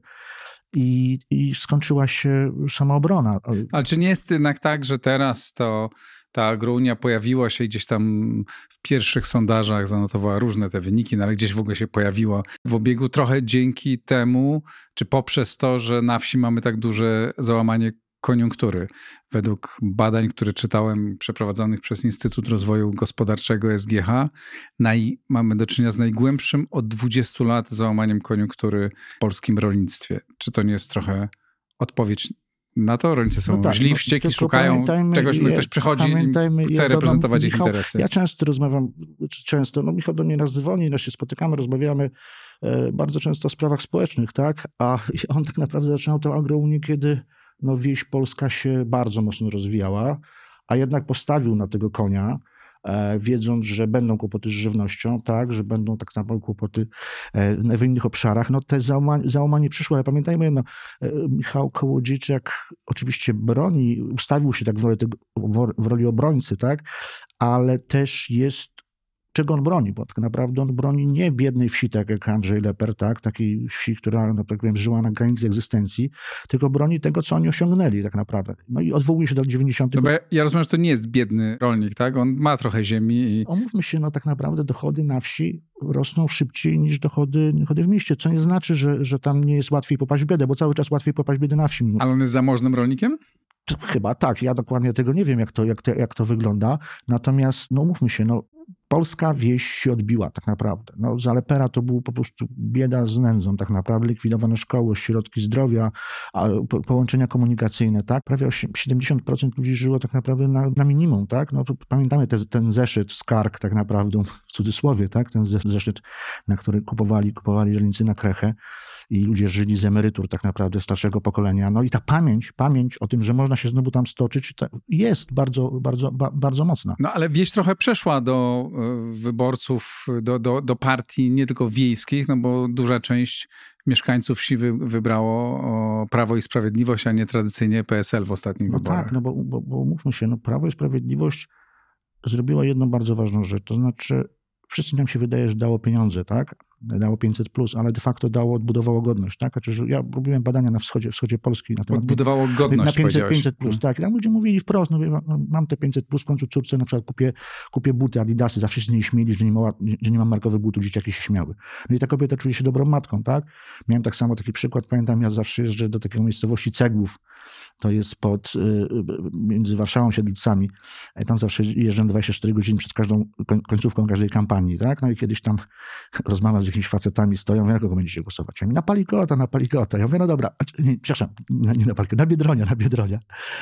i, i skończyła się samoobrona. Ale czy nie jest jednak tak, że teraz to ta agrounia pojawiła się gdzieś tam w pierwszych sondażach, zanotowała różne te wyniki, no ale gdzieś w ogóle się pojawiło w obiegu trochę dzięki temu, czy poprzez to, że na wsi mamy tak duże załamanie koniunktury. Według badań, które czytałem, przeprowadzonych przez Instytut Rozwoju Gospodarczego S G H, naj, mamy do czynienia z najgłębszym od dwudziestu lat załamaniem koniunktury w polskim rolnictwie. Czy to nie jest trochę odpowiedź na to? Rolnicy są no tak, źli, no, wściekli, szukają czegoś, my ktoś przychodzi i chce jedno, reprezentować no, ich Michał, interesy. Ja często rozmawiam, często, no Michał do mnie raz dzwoni, raz się spotykamy, rozmawiamy e, bardzo często o sprawach społecznych, tak? A on tak naprawdę zaczynał tę agrounię, kiedy no, wieś polska się bardzo mocno rozwijała, a jednak postawił na tego konia, e, wiedząc, że będą kłopoty z żywnością, tak, że będą tak naprawdę kłopoty e, w innych obszarach. No te załamanie, załamanie przyszło, ale pamiętajmy jedno, e, Michał Kołodziejczak oczywiście broni, ustawił się tak w roli, tego, w roli obrońcy, tak, ale też jest, czego on broni, bo tak naprawdę on broni nie biednej wsi, tak jak Andrzej Leper, tak, takiej wsi, która, no tak powiem, żyła na granicy egzystencji, tylko broni tego, co oni osiągnęli tak naprawdę. No i odwołuje się do lat dziewięćdziesiątych. No bo ja, ja rozumiem, że to nie jest biedny rolnik, tak? On ma trochę ziemi i... Omówmy się, no tak naprawdę dochody na wsi rosną szybciej niż dochody, dochody w mieście, co nie znaczy, że, że tam nie jest łatwiej popaść w biedę, bo cały czas łatwiej popaść w biedę na wsi. Ale on jest zamożnym rolnikiem? To chyba tak, ja dokładnie tego nie wiem, jak to, jak to, jak to wygląda. Natomiast, no mówmy się, no polska wieś się odbiła tak naprawdę. No, za Lepera to był po prostu bieda z nędzą tak naprawdę, likwidowane szkoły, ośrodki zdrowia, a, po, połączenia komunikacyjne, tak? Prawie siedemdziesiąt procent ludzi żyło tak naprawdę na, na minimum, tak? No to pamiętamy te, ten zeszyt skarg tak naprawdę, w cudzysłowie, tak? Ten zeszyt, na który kupowali, kupowali rolnicy na krechę i ludzie żyli z emerytur tak naprawdę starszego pokolenia. No i ta pamięć, pamięć o tym, że można się znowu tam stoczyć, jest bardzo, bardzo, ba, bardzo mocna. No ale wieś trochę przeszła do wyborców, do, do, do partii nie tylko wiejskich, no bo duża część mieszkańców wsi wy, wybrało Prawo i Sprawiedliwość, a nie tradycyjnie P S L w ostatnich no wyborach. Tak, no bo, bo, bo mówmy się, no Prawo i Sprawiedliwość zrobiła jedną bardzo ważną rzecz, to znaczy wszyscy nam się wydaje, że dało pieniądze, tak? Dało pięćset plus, ale de facto dało, odbudowało godność, tak? Znaczy, że ja robiłem badania na wschodzie, wschodzie Polski. Na temat, odbudowało godność, na pięćset, pięćset plus, hmm. tak. I tam ludzie mówili wprost, no, mam te pięćset plus, w końcu córce na przykład kupię, kupię buty, adidasy, zawsze się z niej śmieli, że nie, ma, że nie mam markowych butów, dzieciaki się śmiały. No i ta kobieta czuje się dobrą matką, tak? Miałem tak samo taki przykład, pamiętam, ja zawsze jeżdżę do takiej miejscowości Cegłów, to jest pod, między Warszawą a Siedlcami. Tam zawsze jeżdżę dwadzieścia cztery godziny przed każdą końcówką każdej kampanii, tak? No i kiedyś tam rozmawiam z jakimiś facetami, stoją, na kogo będziecie głosować? Ja mówię, na Palikota, na Palikota. Ja mówię, no dobra, nie, przepraszam, nie na Palikota, na Biedronia, na Biedronia.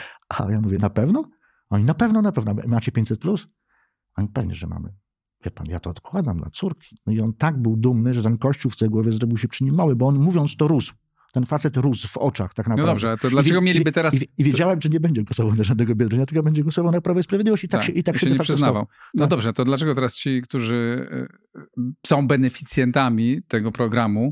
A ja mówię, na pewno? Oni, na pewno, na pewno. Macie pięćset plus? Oni, pewnie, że mamy. Wie pan, ja to odkładam dla córki. No i on tak był dumny, że ten kościół w Cegłowie zrobił się przy nim mały, bo on mówiąc to rósł. Ten facet rósł w oczach tak naprawdę. No dobrze, to dlaczego I, mieliby teraz... I, i wiedziałem, że nie będzie głosował na żadnego Biedronia, tylko będzie głosował na Prawo i Sprawiedliwość i tak, tak się, i tak się, się nie de facto przyznawał. stało. No tak. Dobrze, to dlaczego teraz ci, którzy są beneficjentami tego programu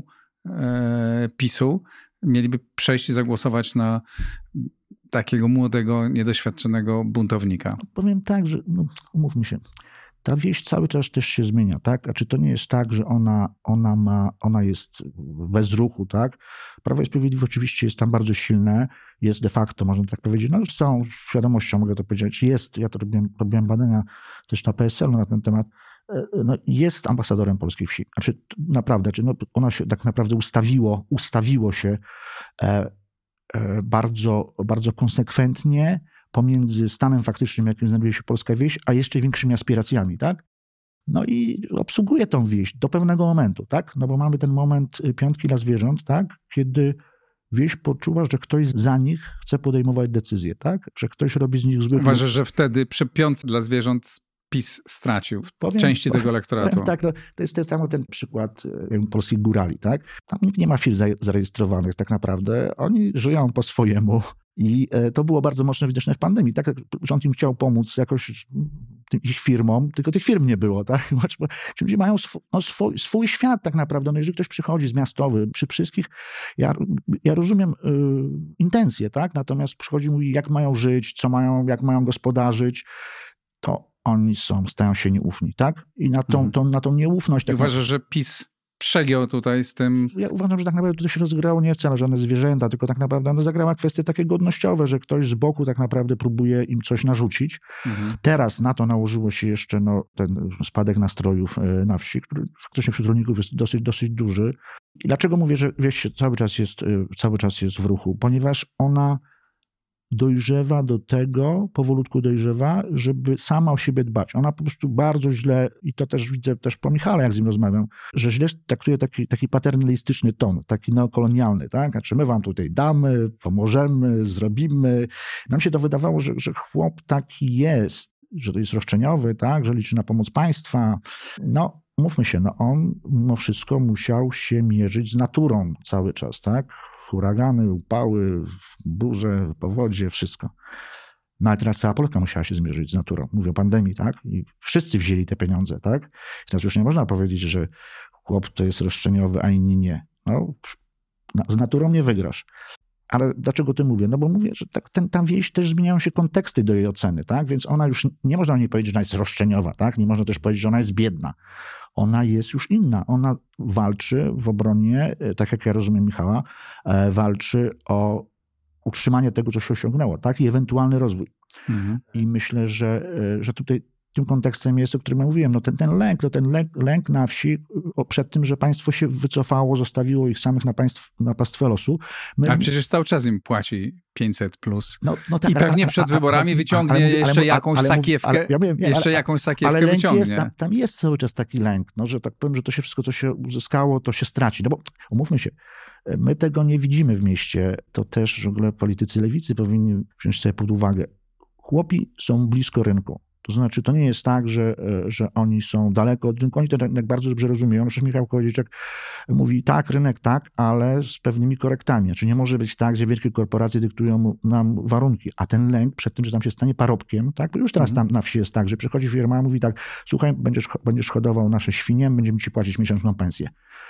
e, PiSu, mieliby przejść i zagłosować na takiego młodego, niedoświadczonego buntownika? Powiem tak, że no, umówmy się, ta wieś cały czas też się zmienia, tak? Znaczy to nie jest tak, że ona, ona ma, ona jest bez ruchu, tak? Prawo i Sprawiedliwość oczywiście jest tam bardzo silne, jest de facto, można tak powiedzieć, no z całą świadomością mogę to powiedzieć, jest, ja to robiłem, robiłem badania też na P S L-u na ten temat, no, jest ambasadorem polskiej wsi. Znaczy naprawdę, znaczy, no, ono się tak naprawdę ustawiło, ustawiło się e, e, bardzo, bardzo konsekwentnie pomiędzy stanem faktycznym, jakim znajduje się polska wieś, a jeszcze większymi aspiracjami, tak? No i obsługuje tą wieś do pewnego momentu, tak? No bo mamy ten moment piątki dla zwierząt, tak? Kiedy wieś poczuła, że ktoś za nich chce podejmować decyzje, tak? Że ktoś robi z nich złych... Uważasz, że wtedy przy piątce dla zwierząt PiS stracił w powiem, części tego elektoratu. Powiem, tak, no, to jest ten sam ten przykład wiem, polskich górali, tak? Tam nikt nie ma firm zarejestrowanych tak naprawdę. Oni żyją po swojemu. I to było bardzo mocno widoczne w pandemii. Tak jak rząd im chciał pomóc jakoś tym ich firmom, tylko tych firm nie było, tak? Ci ludzie mają swój, no swój, swój świat tak naprawdę. No jeżeli ktoś przychodzi z miastowy, przy wszystkich, ja, ja rozumiem y, intencje, tak? Natomiast przychodzi i mówi, jak mają żyć, co mają, jak mają gospodarzyć, to oni są, stają się nieufni, tak? I na tą, mhm. tą, na tą nieufność... Tak uważasz, że PiS przegiął tutaj z tym... Ja uważam, że tak naprawdę to się rozgrało nie wcale żadne zwierzęta, tylko tak naprawdę ono zagrała kwestie takie godnościowe, że ktoś z boku tak naprawdę próbuje im coś narzucić. Mhm. Teraz na to nałożyło się jeszcze no, ten spadek nastrojów na wsi, który faktycznie wśród rolników jest dosyć, dosyć duży. I dlaczego mówię, że wieś cały czas jest, cały czas jest w ruchu? Ponieważ ona dojrzewa do tego, powolutku dojrzewa, żeby sama o siebie dbać. Ona po prostu bardzo źle, i to też widzę też po Michale, jak z nim rozmawiam, że źle traktuje taki, taki paternalistyczny ton, taki neokolonialny, tak? Znaczy my wam tutaj damy, pomożemy, zrobimy. Nam się to wydawało, że, że chłop taki jest, że to jest roszczeniowy, tak? Że liczy na pomoc państwa. No, mówmy się, no on mimo wszystko musiał się mierzyć z naturą cały czas, tak? Huragany, upały, burze, powodzie, wszystko. No ale teraz cała Polska musiała się zmierzyć z naturą. Mówię o pandemii, tak? I wszyscy wzięli te pieniądze, tak? I teraz już nie można powiedzieć, że chłop to jest roszczeniowy, a inni nie. No, z naturą nie wygrasz. Ale dlaczego to mówię? No bo mówię, że tak, ten, tam wieś też zmieniają się konteksty do jej oceny, tak? Więc ona już, nie można o niej powiedzieć, że ona jest roszczeniowa, tak? Nie można też powiedzieć, że ona jest biedna. Ona jest już inna. Ona walczy w obronie, tak jak ja rozumiem Michała, e, walczy o utrzymanie tego, co się osiągnęło, tak? I ewentualny rozwój. Mhm. I myślę, że, że tutaj tym kontekstem jest, o którym ja mówiłem, no ten, ten lęk, no ten lęk, lęk na wsi przed tym, że państwo się wycofało, zostawiło ich samych na, państw, na pastwę losu. My... A przecież cały czas im płaci pięćset plus. No, no tak, i pewnie a, a, przed wyborami a, a, wyciągnie ale, jeszcze ale, jakąś ale, sakiewkę. Ale, ja wiem, jeszcze ale, jakąś sakiewkę ale wyciągnie. Jest, tam, tam jest cały czas taki lęk, no, że tak powiem, że to się wszystko, co się uzyskało, to się straci. No bo umówmy się, my tego nie widzimy w mieście. To też w ogóle politycy lewicy powinni wziąć sobie pod uwagę. Chłopi są blisko rynku. To znaczy, to nie jest tak, że, że oni są daleko od rynku. Oni ten rynek bardzo dobrze rozumieją. Przecież Michał Kołodziejczak mówi, tak, rynek tak, ale z pewnymi korektami. Znaczy nie może być tak, że wielkie korporacje dyktują nam warunki, a ten lęk przed tym, że tam się stanie parobkiem, tak? Bo już teraz tam na wsi jest tak, że przychodzi firma, mówi tak, słuchaj, będziesz, będziesz hodował nasze świnie, będziemy ci płacić miesięczną pensję.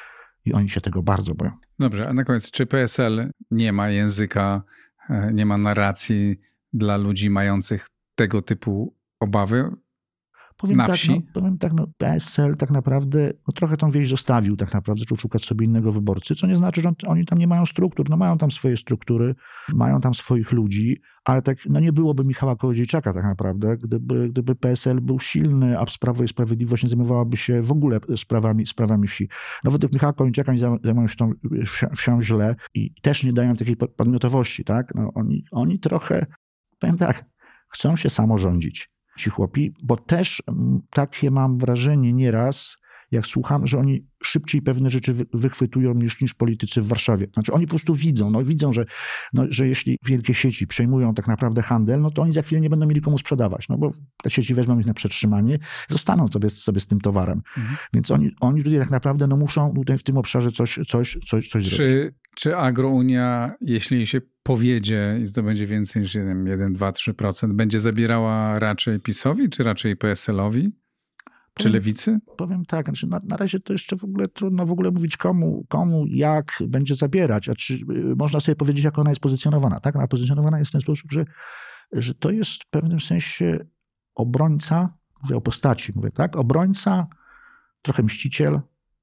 I oni się tego bardzo boją. Dobrze, a na koniec, czy P S L nie ma języka, nie ma narracji dla ludzi mających tego typu obawy powiem na tak, wsi? No, powiem tak, no P S L tak naprawdę no, trochę tą wieś zostawił tak naprawdę, zaczął szukać sobie innego wyborcy, co nie znaczy, że oni tam nie mają struktur, no mają tam swoje struktury, mają tam swoich ludzi, ale tak, no nie byłoby Michała Kołodziejczaka tak naprawdę, gdyby, gdyby P S L był silny, a Prawo i Sprawiedliwość nie zajmowałaby się w ogóle sprawami, sprawami wsi. No według Michała Kołodziejczaka oni zajmują się tą wsią, wsią źle i też nie dają takiej podmiotowości, tak? No oni, oni trochę, powiem tak, chcą się samorządzić. Ci chłopi, bo też takie mam wrażenie nieraz, jak słucham, że oni szybciej pewne rzeczy wychwytują niż, niż politycy w Warszawie. Znaczy oni po prostu widzą, no widzą, że, no, że jeśli wielkie sieci przejmują tak naprawdę handel, no to oni za chwilę nie będą mieli komu sprzedawać, no bo te sieci wezmą ich na przetrzymanie, zostaną sobie, sobie z tym towarem. Mhm. Więc oni, oni tutaj tak naprawdę no, muszą tutaj w tym obszarze coś, coś, coś, coś czy, zrobić. Czy Agrounia, jeśli się powiedzie i zdobędzie więcej niż jeden, dwa, trzy procent, będzie zabierała raczej PiS-owi, czy raczej P S L-owi? Czy powiem, lewicy? Powiem tak, znaczy na, na razie to jeszcze w ogóle trudno w ogóle mówić komu, komu jak będzie zabierać. A czy, można sobie powiedzieć, jak ona jest pozycjonowana. Tak? Ona pozycjonowana jest w ten sposób, że, że to jest w pewnym sensie obrońca, mówię o postaci, mówię tak, obrońca, trochę mściciel,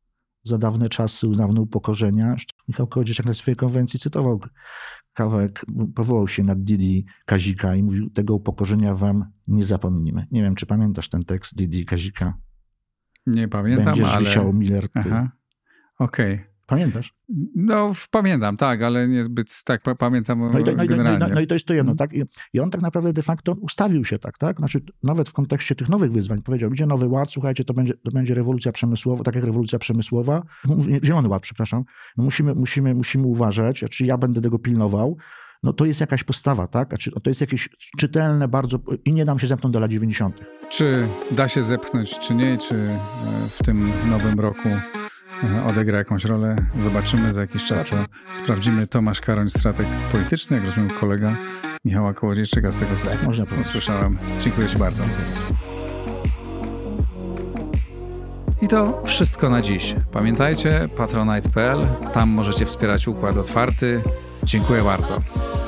za dawne czasy, dawne upokorzenia. Michał Kołodziejczak na swojej konwencji cytował kawałek, powołał się na Didi Kazika i mówił, tego upokorzenia wam nie zapomnimy. Nie wiem, czy pamiętasz ten tekst Didi Kazika? Nie pamiętam, Będziesz ale... wisiał Miller. Aha, okej. Okay. Pamiętasz? No, pamiętam, tak, ale niezbyt tak pamiętam no i, to, no, generalnie. No, no, no i to jest to jedno, tak? I, I on tak naprawdę de facto ustawił się tak, tak? Znaczy nawet w kontekście tych nowych wyzwań powiedział, będzie nowy ład, słuchajcie, to będzie, to będzie rewolucja przemysłowa, tak jak rewolucja przemysłowa, zielony ład, przepraszam, no musimy, musimy, musimy uważać, czy ja będę tego pilnował, no to jest jakaś postawa, tak? Znaczy, to jest jakieś czytelne bardzo i nie dam się zepchnąć do lat dziewięćdziesiątych. Czy da się zepchnąć, czy nie, czy w tym nowym roku odegra jakąś rolę. Zobaczymy za jakiś czas, to sprawdzimy. Tomasz Karoń, strateg polityczny, jak rozumiem kolega Michała Kołodziejczyka, z tego co Tak, można powiedzieć. usłyszałem. Dziękuję Ci bardzo. I to wszystko na dziś. Pamiętajcie, patronite kropka p l, tam możecie wspierać Układ Otwarty. Dziękuję bardzo.